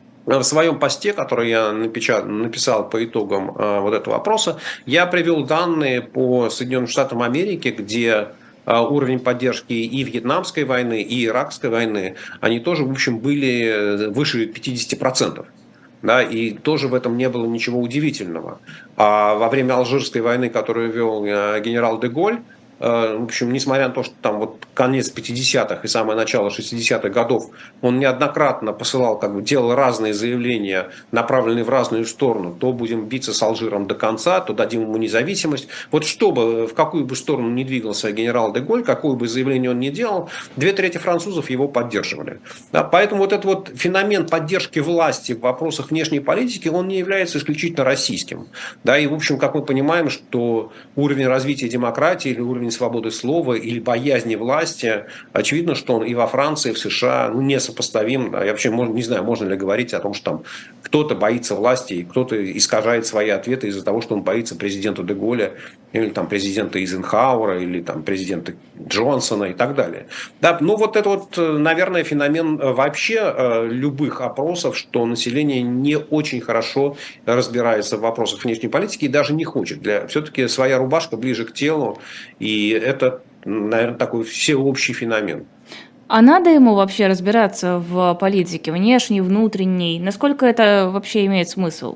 S2: в своем посте, который я написал по итогам вот этого опроса, я привел данные по Соединенным Штатам Америки, где уровень поддержки и Вьетнамской войны, и Иракской войны, они тоже, в общем, были выше пятьдесят процентов. Да, и тоже в этом не было ничего удивительного. А во время Алжирской войны, которую вел генерал де Голь, в общем, несмотря на то, что там вот конец пятидесятых и самое начало шестидесятых годов, он неоднократно посылал, как бы делал разные заявления, направленные в разную сторону. То будем биться с Алжиром до конца, то дадим ему независимость. Вот чтобы, в какую бы сторону ни двигался генерал де Голь, какое бы заявление он ни делал, две трети французов его поддерживали. Да, поэтому вот этот вот феномен поддержки власти в вопросах внешней политики, он не является исключительно российским. Да, и, в общем, как мы понимаем, что уровень развития демократии или уровень свободы слова или боязни власти, очевидно, что он и во Франции, и в США ну, несопоставим. Да, я вообще не знаю, можно ли говорить о том, что там кто-то боится власти, и кто-то искажает свои ответы из-за того, что он боится президента де Голля, или там президента Эйзенхауэра, или там президента Джонсона и так далее. Да, ну вот это вот, наверное, феномен вообще любых опросов, что население не очень хорошо разбирается в вопросах внешней политики и даже не хочет. Для, все-таки своя рубашка ближе к телу, и это, наверное, такой всеобщий феномен.
S1: А надо ему вообще разбираться в политике, внешней, внутренней? Насколько это вообще имеет смысл?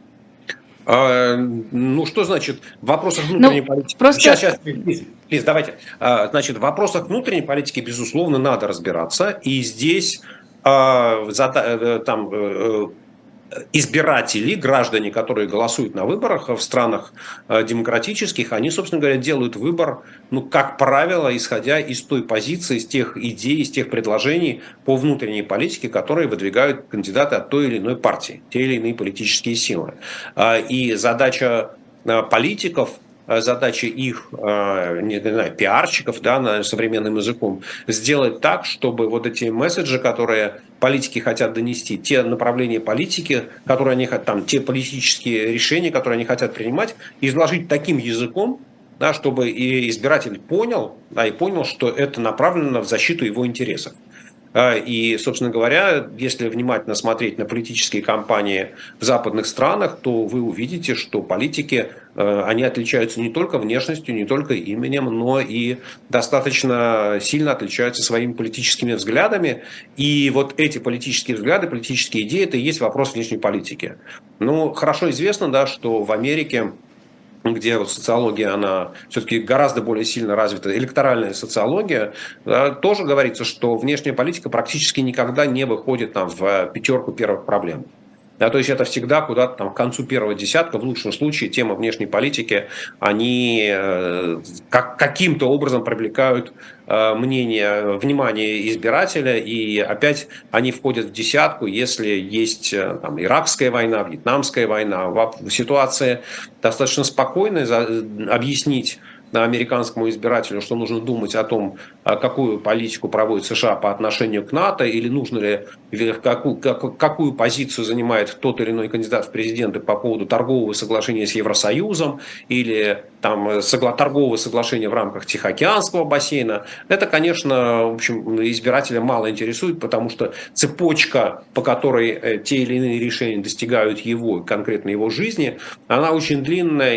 S2: А, ну, что значит в вопросах внутренней ну, политики? Просто... Сейчас, сейчас, плиз, плиз, давайте. А, значит, в вопросах внутренней политики, безусловно, надо разбираться. И здесь а, за, там... избиратели, граждане, которые голосуют на выборах в странах демократических, они, собственно говоря, делают выбор, ну, как правило, исходя из той позиции, из тех идей, из тех предложений по внутренней политике, которые выдвигают кандидаты от той или иной партии, те или иные политические силы. И задача политиков, задача их, не знаю, пиарщиков, да, на современным языком, сделать так, чтобы вот эти месседжи, которые политики хотят донести, те направления политики, которые они хотят, там, те политические решения, которые они хотят принимать, изложить таким языком, да, чтобы и избиратель понял, да, и понял, что это направлено в защиту его интересов. И, собственно говоря, если внимательно смотреть на политические кампании в западных странах, то вы увидите, что политики, они отличаются не только внешностью, не только именем, но и достаточно сильно отличаются своими политическими взглядами. И вот эти политические взгляды, политические идеи, это и есть вопрос внешней политики. Ну, хорошо известно, да, что в Америке, где вот социология, она все-таки гораздо более сильно развита, электоральная социология, да, тоже говорится, что внешняя политика практически никогда не выходит там, в пятерку первых проблем. Да, то есть это всегда куда-то там к концу первого десятка, в лучшем случае, тема внешней политики, они э, как, каким-то образом привлекают э, мнение, внимание избирателя, и опять они входят в десятку, если есть э, там, иракская война, вьетнамская война, в ситуации достаточно спокойной, за, объяснить американскому избирателю, что нужно думать о том, какую политику проводит США по отношению к НАТО, или нужно ли, какую, какую позицию занимает тот или иной кандидат в президенты по поводу торгового соглашения с Евросоюзом, или там, торгового соглашения в рамках Тихоокеанского бассейна. Это, конечно, в общем, избирателя мало интересует, потому что цепочка, по которой те или иные решения достигают его, конкретно его жизни, она очень длинная,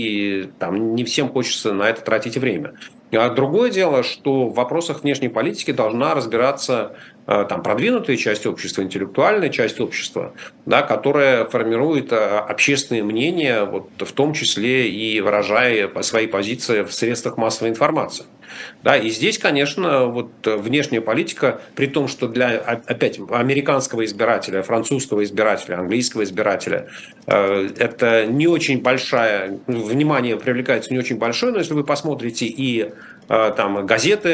S2: и там, не всем хочется на это тратить время. А другое дело, что в вопросах внешней политики должна разбираться там, продвинутая часть общества, интеллектуальная часть общества, да, которая формирует общественное мнение, вот, в том числе и выражая свои позиции в средствах массовой информации. Да, и здесь, конечно, вот внешняя политика, при том, что для, опять, американского избирателя, французского избирателя, английского избирателя, э, это не очень большая, внимание привлекается не очень большое, но если вы посмотрите и э, там, газеты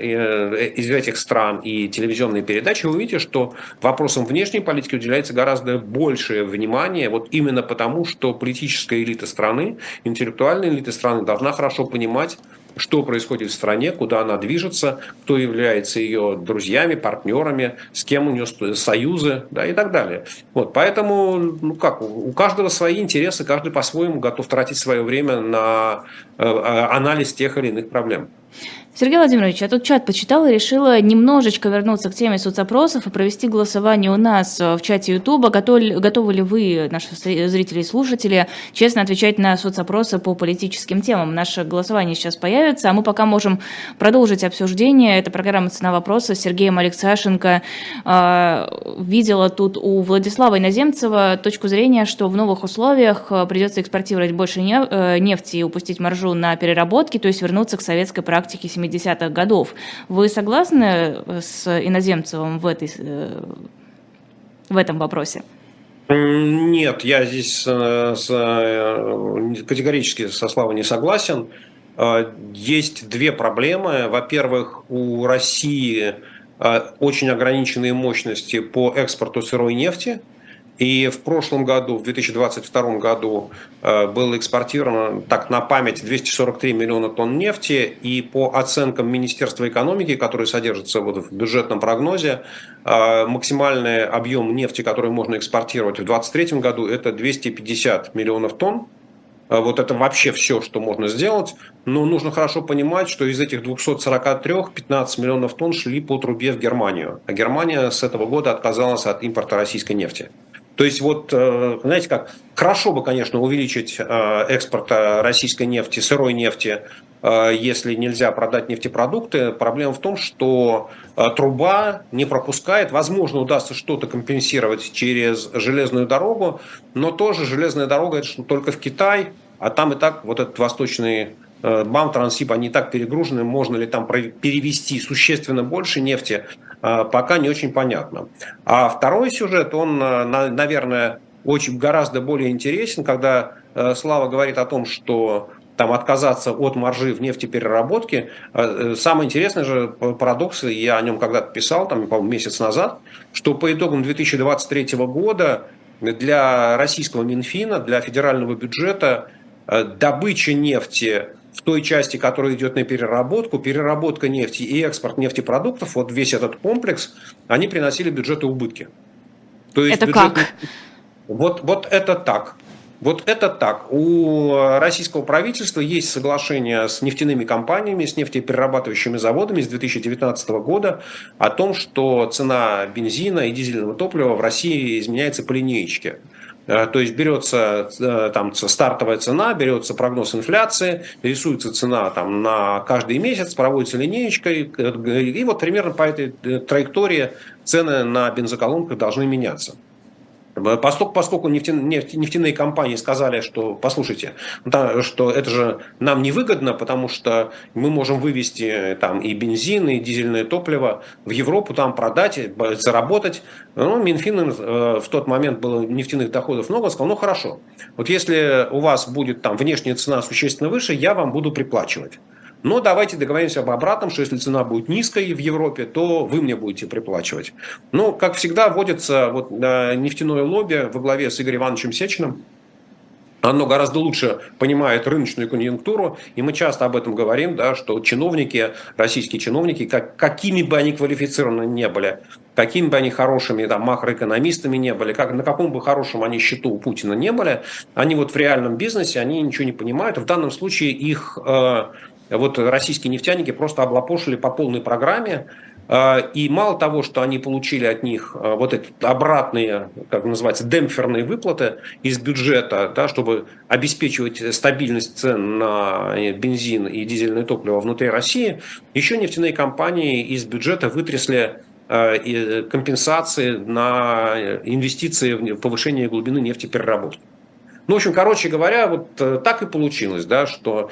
S2: э, из этих стран, и телевизионные передачи, вы увидите, что вопросам внешней политики уделяется гораздо большее внимание, вот именно потому, что политическая элита страны, интеллектуальная элита страны должна хорошо понимать, что происходит в стране, куда она движется, кто является ее друзьями, партнерами, с кем у нее союзы, да, и так далее. Вот, поэтому, ну как, у каждого свои интересы, каждый по-своему готов тратить свое время на э, анализ тех или иных проблем.
S1: Сергей Владимирович, я тут чат почитала и решила немножечко вернуться к теме соцопросов и провести голосование у нас в чате Ютуба. Готовы, готовы ли вы, наши зрители и слушатели, честно отвечать на соцопросы по политическим темам? Наше голосование сейчас появится, а мы пока можем продолжить обсуждение. Это программа «Цена вопроса» с Сергеем Алексашенко. Видела тут у Владислава Иноземцева точку зрения, что в новых условиях придется экспортировать больше нефти и упустить маржу на переработки, то есть вернуться к советской практике семидесятых годов. Вы согласны с Иноземцевым в, этой, в этом вопросе?
S2: Нет, я здесь с, категорически со Славой не согласен. Есть две проблемы. Во-первых, у России очень ограниченные мощности по экспорту сырой нефти. И в прошлом году, в две тысячи двадцать втором году, было экспортировано, так на память, двести сорок три миллиона тонн нефти. И по оценкам Министерства экономики, которые содержатся вот в бюджетном прогнозе, максимальный объем нефти, который можно экспортировать в две тысячи двадцать третьем году, это двести пятьдесят миллионов тонн. Вот это вообще все, что можно сделать. Но нужно хорошо понимать, что из этих двухсот сорока трёх пятнадцать миллионов тонн шли по трубе в Германию. А Германия с этого года отказалась от импорта российской нефти. То есть, вот, знаете как, хорошо бы, конечно, увеличить экспорт российской нефти, сырой нефти, если нельзя продать нефтепродукты. Проблема в том, что труба не пропускает. Возможно, удастся что-то компенсировать через железную дорогу, но тоже железная дорога – это только в Китай, а там и так вот этот восточный БАМ, Транссиб, они и так перегружены. Можно ли там перевести существенно больше нефти, пока не очень понятно. А второй сюжет, он, наверное, очень гораздо более интересен, когда Слава говорит о том, что там отказаться от маржи в нефтепереработке. Самый интересный же парадокс, я о нем когда-то писал, там, по-моему, месяц назад, что по итогам две тысячи двадцать третьего года для российского Минфина, для федерального бюджета добыча нефти в той части, которая идет на переработку, переработка нефти и экспорт нефтепродуктов, вот весь этот комплекс, они приносили бюджету убытки.
S1: То есть это бюджет... как?
S2: Вот, вот это так. Вот это так. У российского правительства есть соглашение с нефтяными компаниями, с нефтеперерабатывающими заводами с две тысячи девятнадцатого года о том, что цена бензина и дизельного топлива в России изменяется по линеечке. То есть берется там стартовая цена, берется прогноз инфляции, рисуется цена там на каждый месяц, проводится линеечка, и вот примерно по этой траектории цены на бензоколонках должны меняться. Поскольку, поскольку нефтяные, нефтяные компании сказали, что, послушайте, да, что это же нам невыгодно, потому что мы можем вывести там и бензин, и дизельное топливо в Европу, там продать, заработать. Ну, Минфин в тот момент было нефтяных доходов много, сказал, ну хорошо, вот если у вас будет там внешняя цена существенно выше, я вам буду приплачивать. Но давайте договоримся об обратном, что если цена будет низкой в Европе, то вы мне будете приплачивать. Ну, как всегда, вводится вот, нефтяное лобби во главе с Игорем Ивановичем Сечиным. Оно гораздо лучше понимает рыночную конъюнктуру, и мы часто об этом говорим, да, что чиновники, российские чиновники, как, какими бы они квалифицированы не были, какими бы они хорошими там, макроэкономистами не были, как, на каком бы хорошем они счету у Путина не были, они вот в реальном бизнесе, они ничего не понимают. В данном случае их... Э, Вот российские нефтяники просто облапошили по полной программе. И мало того, что они получили от них вот эти обратные, как называется, демпферные выплаты из бюджета, да, чтобы обеспечивать стабильность цен на бензин и дизельное топливо внутри России, еще нефтяные компании из бюджета вытрясли компенсации на инвестиции в повышение глубины нефтепереработки. Ну, в общем, короче говоря, вот так и получилось, да, что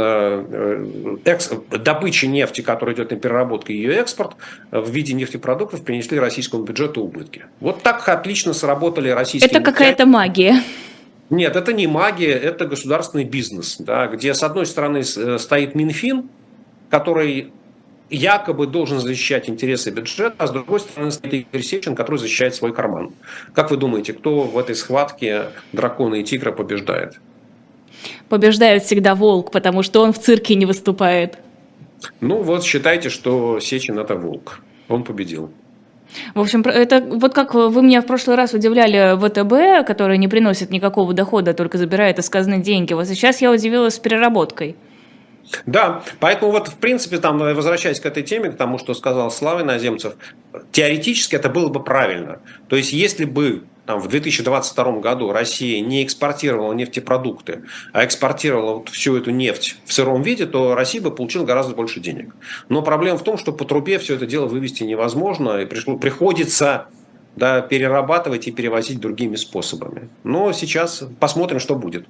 S2: экс, добыча нефти, которая идет на переработку, и ее экспорт в виде нефтепродуктов принесли российскому бюджету убытки. Вот так отлично сработали российские
S1: Это какая-то магия.
S2: Нет, это не магия, это государственный бизнес, да, где с одной стороны стоит Минфин, который якобы должен защищать интересы бюджета, а с другой стороны стоит Игорь Сечин, который защищает свой карман. Как вы думаете, кто в этой схватке дракона и тигра побеждает?
S1: Побеждает всегда волк, потому что он в цирке не выступает.
S2: Ну вот считайте, что Сечин это волк. Он победил.
S1: В общем, это вот как вы меня в прошлый раз удивляли ВТБ, который не приносит никакого дохода, только забирает из казны деньги. Вот сейчас я удивилась с переработкой.
S2: Да, поэтому вот в принципе, там, возвращаясь к этой теме, к тому, что сказал Слава Иноземцев, теоретически это было бы правильно. То есть если бы там, в две тысячи двадцать втором году Россия не экспортировала нефтепродукты, а экспортировала вот всю эту нефть в сыром виде, то Россия бы получила гораздо больше денег. Но проблема в том, что по трубе все это дело вывести невозможно, и пришло, приходится да, перерабатывать и перевозить другими способами. Но сейчас посмотрим, что будет.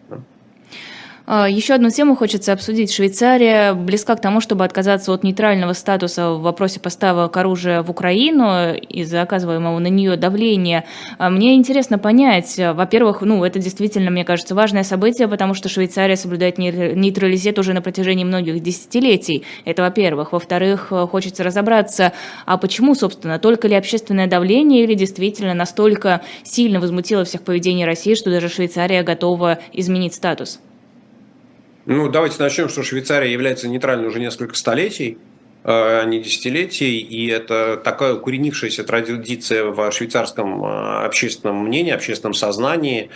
S1: Еще одну тему хочется обсудить. Швейцария близка к тому, чтобы отказаться от нейтрального статуса в вопросе поставок оружия в Украину из-за оказываемого на нее давления. Мне интересно понять, во-первых, ну, это действительно, мне кажется, важное событие, потому что Швейцария соблюдает нейтралитет уже на протяжении многих десятилетий. Это во-первых. Во-вторых, хочется разобраться, а почему, собственно, только ли общественное давление или действительно настолько сильно возмутило всех поведение России, что даже Швейцария готова изменить статус?
S2: Ну, давайте начнем, что Швейцария является нейтральной уже несколько столетий, а не десятилетий, и это такая укоренившаяся традиция в швейцарском общественном мнении, общественном сознании,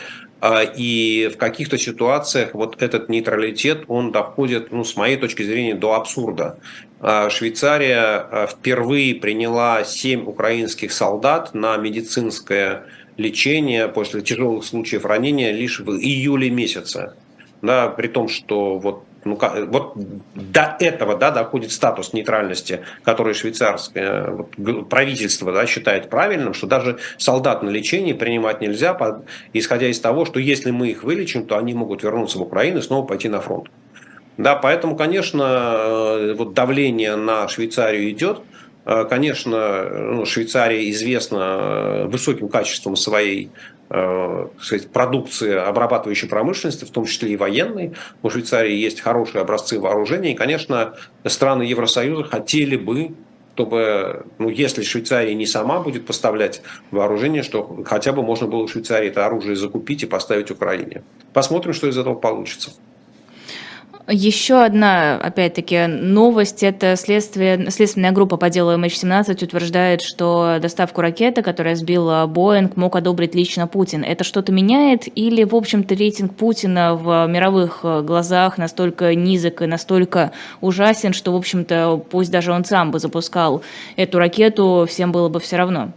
S2: и в каких-то ситуациях вот этот нейтралитет, он доходит, ну, с моей точки зрения, до абсурда. Швейцария впервые приняла семь украинских солдат на медицинское лечение после тяжелых случаев ранения лишь в июле месяце. Да, при том, что вот, ну, вот до этого да, доходит статус нейтральности, который швейцарское вот, правительство да, считает правильным, что даже солдат на лечении принимать нельзя, по, исходя из того, что если мы их вылечим, то они могут вернуться в Украину и снова пойти на фронт. Да, поэтому, конечно, вот давление на Швейцарию идет. Конечно, ну, Швейцария известна высоким качеством своей сказать, продукции обрабатывающей промышленности, в том числе и военной. У Швейцарии есть хорошие образцы вооружения. И, конечно, страны Евросоюза хотели бы, чтобы, ну, если Швейцария не сама будет поставлять вооружение, что хотя бы можно было у Швейцарии это оружие закупить и поставить Украине. Посмотрим, что из этого получится.
S1: Еще одна, опять-таки, новость. Это следствие, следственная группа по делу эм эйч семнадцать утверждает, что доставку ракеты, которая сбила Боинг, мог одобрить лично Путин. Это что-то меняет? Или, в общем-то, рейтинг Путина в мировых глазах настолько низок и настолько ужасен, что, в общем-то, пусть даже он сам бы запускал эту ракету, всем было бы все равно?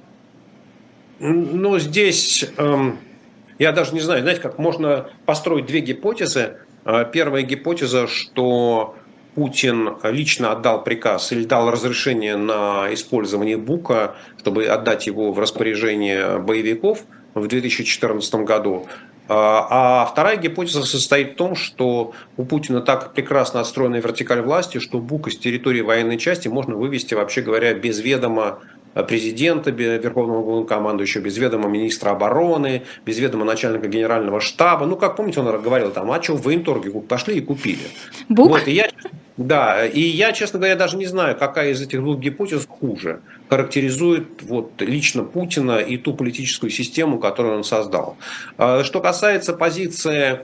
S2: Ну, здесь эм, я даже не знаю, знаете, как можно построить две гипотезы. Первая гипотеза, что Путин лично отдал приказ или дал разрешение на использование БУКа, чтобы отдать его в распоряжение боевиков в две тысячи четырнадцатом году. А вторая гипотеза состоит в том, что у Путина так прекрасно отстроена вертикаль власти, что БУК из территории военной части можно вывести, вообще говоря, без ведома президента, верховного главнокомандующего, без ведома министра обороны, без ведома начальника генерального штаба. Ну, как помните, он говорил там, а что, в военторге пошли и купили.
S1: БУК?
S2: Вот, и я, да, и я, честно говоря, даже не знаю, какая из этих двух гипотез хуже характеризует вот, лично Путина и ту политическую систему, которую он создал. Что касается позиции,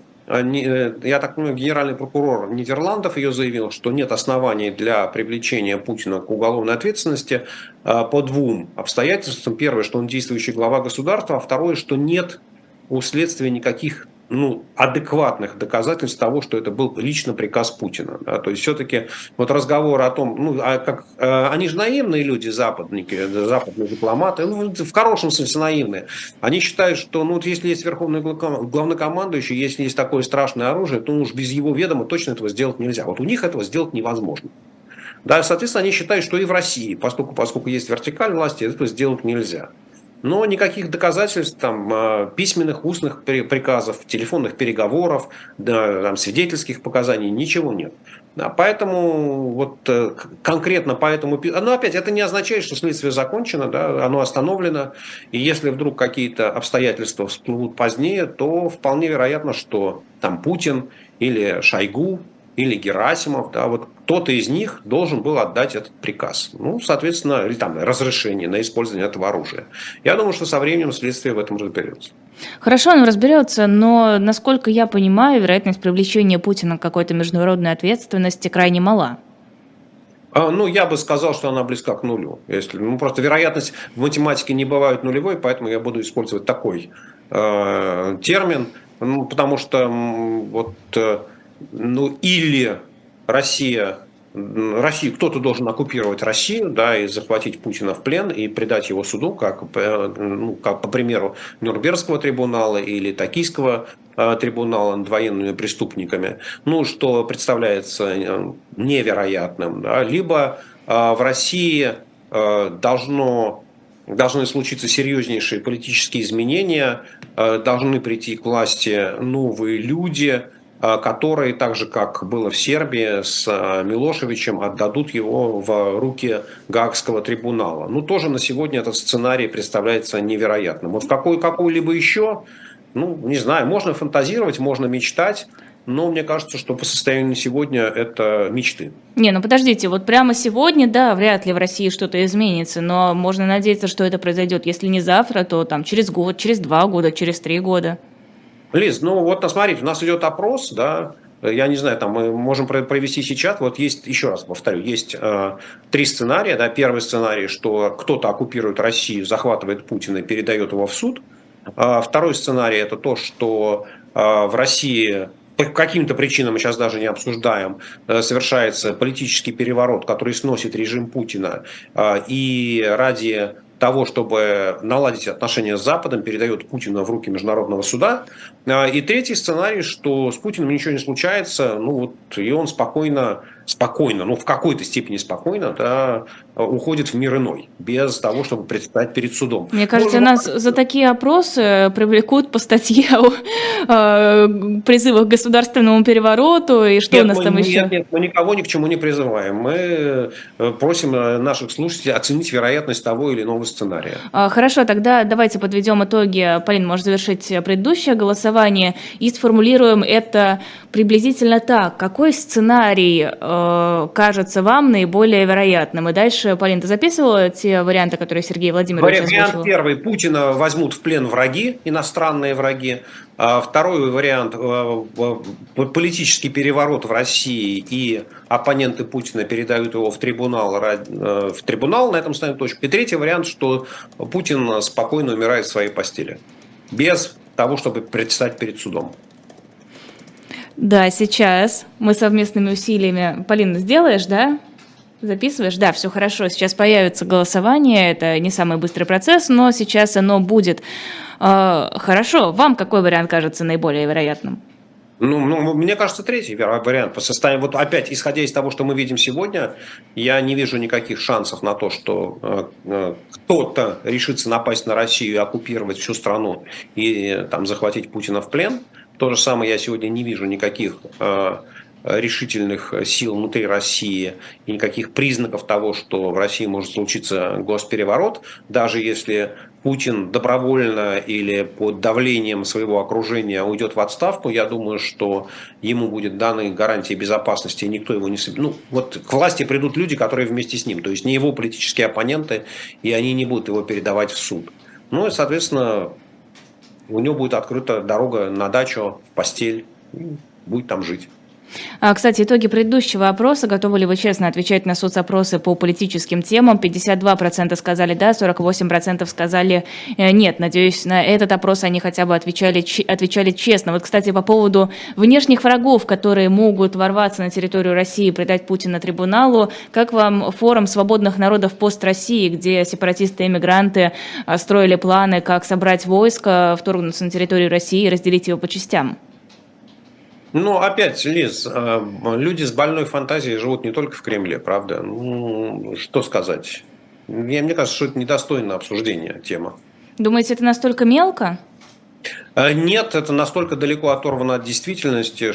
S2: я так понимаю, генеральный прокурор Нидерландов ее заявил, что нет оснований для привлечения Путина к уголовной ответственности по двум обстоятельствам. Первое, что он действующий глава государства, а второе, что нет у следствия никаких ну, адекватных доказательств того, что это был лично приказ Путина. Да? То есть все-таки вот разговоры о том, ну, а как, э, они же наивные люди, западники, западные дипломаты, ну, в хорошем смысле наивные. Они считают, что ну, вот если есть верховный главнокомандующий, если есть такое страшное оружие, то уж без его ведома точно этого сделать нельзя. Вот у них этого сделать невозможно. Да, соответственно, они считают, что и в России, поскольку, поскольку есть вертикаль власти, этого сделать нельзя. Но никаких доказательств, там, письменных, устных приказов, телефонных переговоров, да, там, свидетельских показаний, ничего нет. Да, поэтому вот конкретно поэтому... Но опять, это не означает, что следствие закончено, да, оно остановлено. И если вдруг какие-то обстоятельства всплывут позднее, то вполне вероятно, что там Путин или Шойгу, или Герасимов, да, вот кто-то из них должен был отдать этот приказ. Ну, соответственно, или там разрешение на использование этого оружия. Я думаю, что со временем следствие в этом разберется.
S1: Хорошо, он разберется, но, насколько я понимаю, вероятность привлечения Путина к какой-то международной ответственности крайне мала.
S2: Ну, я бы сказал, что она близка к нулю. Если, ну, просто вероятность в математике не бывает нулевой, поэтому я буду использовать такой э, термин, ну, потому что вот... Э, Ну, или Россия, Россию, кто-то должен оккупировать Россию, да, и захватить Путина в плен и предать его суду, как, ну, как по примеру Нюрнбергского трибунала или Токийского трибунала над военными преступниками, ну, что представляется невероятным, да, либо в России должно должны случиться серьезнейшие политические изменения, должны прийти к власти новые люди, которые, так же как было в Сербии с Милошевичем, отдадут его в руки Гаагского трибунала. Ну, тоже на сегодня этот сценарий представляется невероятным. Вот в какой, какой-либо еще, ну, не знаю, можно фантазировать, можно мечтать, но мне кажется, что по состоянию на сегодня это мечты.
S1: Не, ну подождите, вот прямо сегодня, да, вряд ли в России что-то изменится, но можно надеяться, что это произойдет, если не завтра, то там через год, через два года, через три года.
S2: Лиз, ну вот, смотрите, у нас идет опрос, да, я не знаю, там мы можем провести сейчас, вот есть, еще раз повторю, есть э, три сценария, да, первый сценарий, что кто-то оккупирует Россию, захватывает Путина и передает его в суд, а второй сценарий это то, что э, в России по каким-то причинам, мы сейчас даже не обсуждаем, э, совершается политический переворот, который сносит режим Путина, э, и ради того, чтобы наладить отношения с Западом, передает Путина в руки международного суда. И третий сценарий, что с Путиным ничего не случается, ну вот, и он спокойно, спокойно, ну в какой-то степени спокойно, да, уходит в мир иной, без того, чтобы предстать перед судом.
S1: Мне кажется, нас за такие опросы привлекут по статье о э, призывах к государственному перевороту, и что
S2: нет,
S1: у нас
S2: мы,
S1: там
S2: нет,
S1: еще?
S2: Нет, мы никого ни к чему не призываем. Мы просим наших слушателей оценить вероятность того или иного сценария.
S1: Хорошо, тогда давайте подведем итоги. Полин, может завершить предыдущее голосование и сформулируем это приблизительно так. Какой сценарий э, кажется вам наиболее вероятным? И дальше, Полин, ты записывала те варианты, которые Сергей Владимирович озвучил?
S2: Вариант первый. Путина возьмут в плен враги, иностранные враги. Второй вариант – политический переворот в России, и оппоненты Путина передают его в трибунал, в трибунал, на этом ставим точку. И третий вариант, что Путин спокойно умирает в своей постели, без того, чтобы предстать перед судом.
S1: Да, сейчас мы совместными усилиями… Полина, сделаешь, да? Записываешь? Да, все хорошо. Сейчас появится голосование. Это не самый быстрый процесс, но сейчас оно будет. Хорошо. Вам какой вариант кажется наиболее вероятным?
S2: Ну, ну, мне кажется, третий вариант. По состоянию, вот опять, исходя из того, что мы видим сегодня, я не вижу никаких шансов на то, что э, э, кто-то решится напасть на Россию и оккупировать всю страну и э, там захватить Путина в плен. То же самое я сегодня не вижу никаких э, решительных сил внутри России и никаких признаков того, что в России может случиться госпереворот, даже если Путин добровольно или под давлением своего окружения уйдет в отставку, я думаю, что ему будет даны гарантии безопасности, и никто его не... Ну, вот к власти придут люди, которые вместе с ним, то есть не его политические оппоненты, и они не будут его передавать в суд. Ну и, соответственно, у него будет открыта дорога на дачу, в постель, будет там жить.
S1: А, Кстати, итоги предыдущего опроса. Готовы ли вы честно отвечать на соцопросы по политическим темам? пятьдесят два процента сказали да, сорок восемь процентов сказали э, нет. Надеюсь, на этот опрос они хотя бы отвечали, отвечали честно. Вот, кстати, по поводу внешних врагов, которые могут ворваться на территорию России и предать Путина трибуналу. Как вам форум свободных народов пост-России, где сепаратисты и эмигранты строили планы, как собрать войско, вторгнуться на территорию России и разделить его по частям?
S2: Ну, опять, Лиз, люди с больной фантазией живут не только в Кремле, правда? Ну, что сказать? Мне, мне кажется, что это недостойно обсуждения тема.
S1: Думаете, это настолько мелко?
S2: Нет, это настолько далеко оторвано от действительности,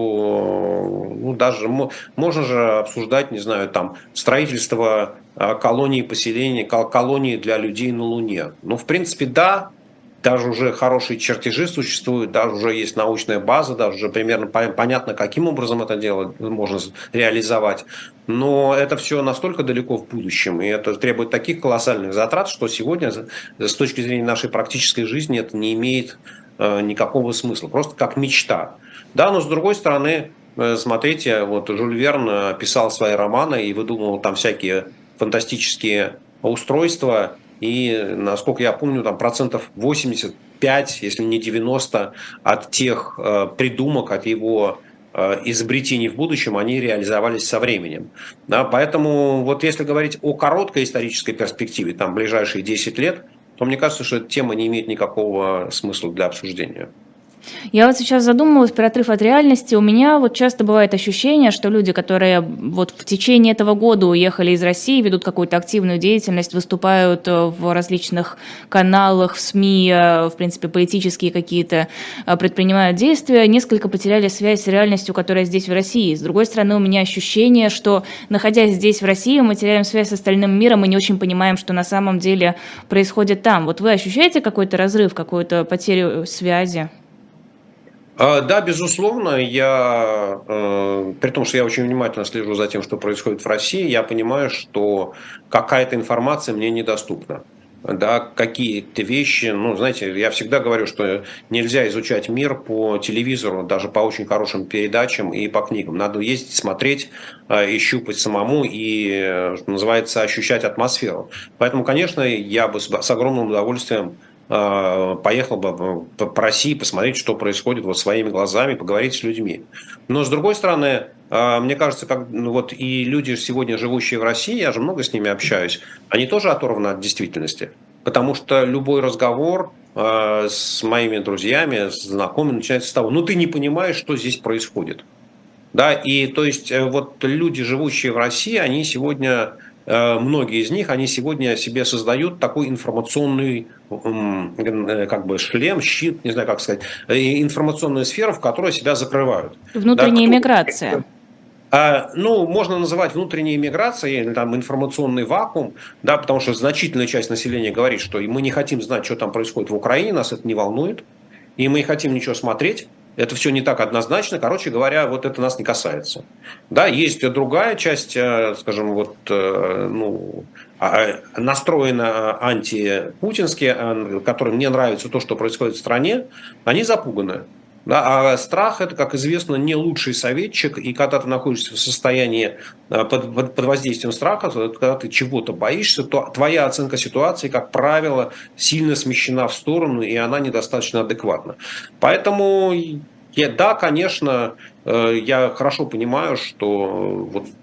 S2: что ну, даже можно же обсуждать, не знаю, там строительство колоний, поселений, колонии для людей на Луне. Ну, в принципе, да. Даже уже хорошие чертежи существуют, даже уже есть научная база, даже уже примерно понятно, каким образом это дело можно реализовать. Но это все настолько далеко в будущем, и это требует таких колоссальных затрат, что сегодня с точки зрения нашей практической жизни это не имеет никакого смысла, просто как мечта. Да, но с другой стороны, смотрите, вот Жюль Верн писал свои романы и выдумывал там всякие фантастические устройства. И, насколько я помню, там процентов восемьдесят пять, если не девяносто, от тех э, придумок, от его э, изобретений в будущем, они реализовались со временем. Да, поэтому вот если говорить о короткой исторической перспективе, там ближайшие десять лет, то мне кажется, что эта тема не имеет никакого смысла для обсуждения.
S1: Я вот сейчас задумалась про отрыв от реальности. У меня вот часто бывает ощущение, что люди, которые вот в течение этого года уехали из России, ведут какую-то активную деятельность, выступают в различных каналах, в СМИ, в принципе, политические какие-то предпринимают действия, несколько потеряли связь с реальностью, которая здесь в России. С другой стороны, у меня ощущение, что, находясь здесь в России, мы теряем связь с остальным миром и не очень понимаем, что на самом деле происходит там. Вот вы ощущаете какой-то разрыв, какую-то потерю связи?
S2: Да, безусловно, я, э, при том, что я очень внимательно слежу за тем, что происходит в России, я понимаю, что какая-то информация мне недоступна. Да, какие-то вещи, ну, знаете, я всегда говорю, что нельзя изучать мир по телевизору, даже по очень хорошим передачам и по книгам. Надо ездить, смотреть, и щупать самому и, что называется, ощущать атмосферу. Поэтому, конечно, я бы с огромным удовольствием поехал бы по России посмотреть, что происходит вот своими глазами, поговорить с людьми. Но, с другой стороны, мне кажется, как, ну, вот и люди, сегодня живущие в России, я же много с ними общаюсь, они тоже оторваны от действительности. Потому что любой разговор э, с моими друзьями, с знакомыми начинается с того, ну ты не понимаешь, что здесь происходит. Да, и то есть вот люди, живущие в России, они сегодня... Многие из них, они сегодня себе создают такой информационный как бы шлем, щит, не знаю, как сказать, информационную сферу, в которой себя закрывают.
S1: Внутренняя
S2: да,
S1: миграция.
S2: Ну, можно называть внутренней миграцией или там информационный вакуум, да, потому что значительная часть населения говорит, что мы не хотим знать, что там происходит в Украине, нас это не волнует, и мы не хотим ничего смотреть. Это все не так однозначно. Короче говоря, вот это нас не касается. Да, есть другая часть, скажем, вот, ну, настроена антипутински, которым не нравится то, что происходит в стране, они запуганы. Да, а страх – это, как известно, не лучший советчик, и когда ты находишься в состоянии под, под, под воздействием страха, когда ты чего-то боишься, то твоя оценка ситуации, как правило, сильно смещена в сторону, и она недостаточно адекватна. Поэтому, я, да, конечно, я хорошо понимаю, что вот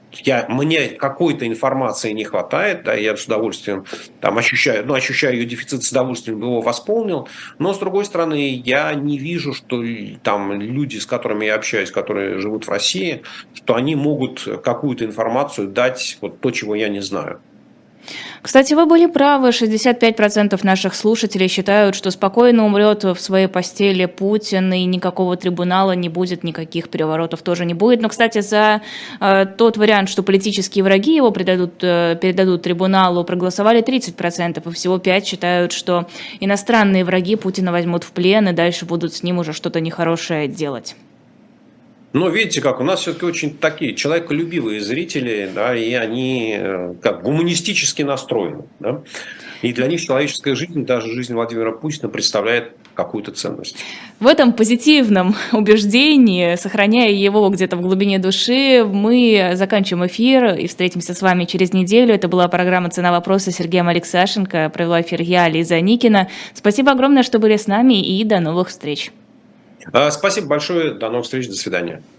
S2: я, мне какой-то информации не хватает, да, я с удовольствием там ощущаю, ну, ощущаю ее дефицит, с удовольствием бы его восполнил, но, с другой стороны, я не вижу, что там люди, с которыми я общаюсь, которые живут в России, что они могут какую-то информацию дать, вот то, чего я не знаю.
S1: Кстати, вы были правы. шестьдесят пять процентов наших слушателей считают, что спокойно умрет в своей постели Путин, и никакого трибунала не будет, никаких переворотов тоже не будет. Но, кстати, за э, тот вариант, что политические враги его передадут, э, передадут трибуналу, проголосовали тридцать процентов, и всего пять процентов считают, что иностранные враги Путина возьмут в плен и дальше будут с ним уже что-то нехорошее делать.
S2: Но видите, как у нас все-таки очень такие человеколюбивые зрители, да, и они как гуманистически настроены. Да? И для них человеческая жизнь, даже жизнь Владимира Путина, представляет какую-то ценность.
S1: В этом позитивном убеждении, сохраняя его где-то в глубине души, мы заканчиваем эфир и встретимся с вами через неделю. Это была программа «Цена вопроса» с Сергеем Алексашенко. Провела эфир я, Лиза Никина. Спасибо огромное, что были с нами, и до новых встреч.
S2: Спасибо большое. До новых встреч. До свидания.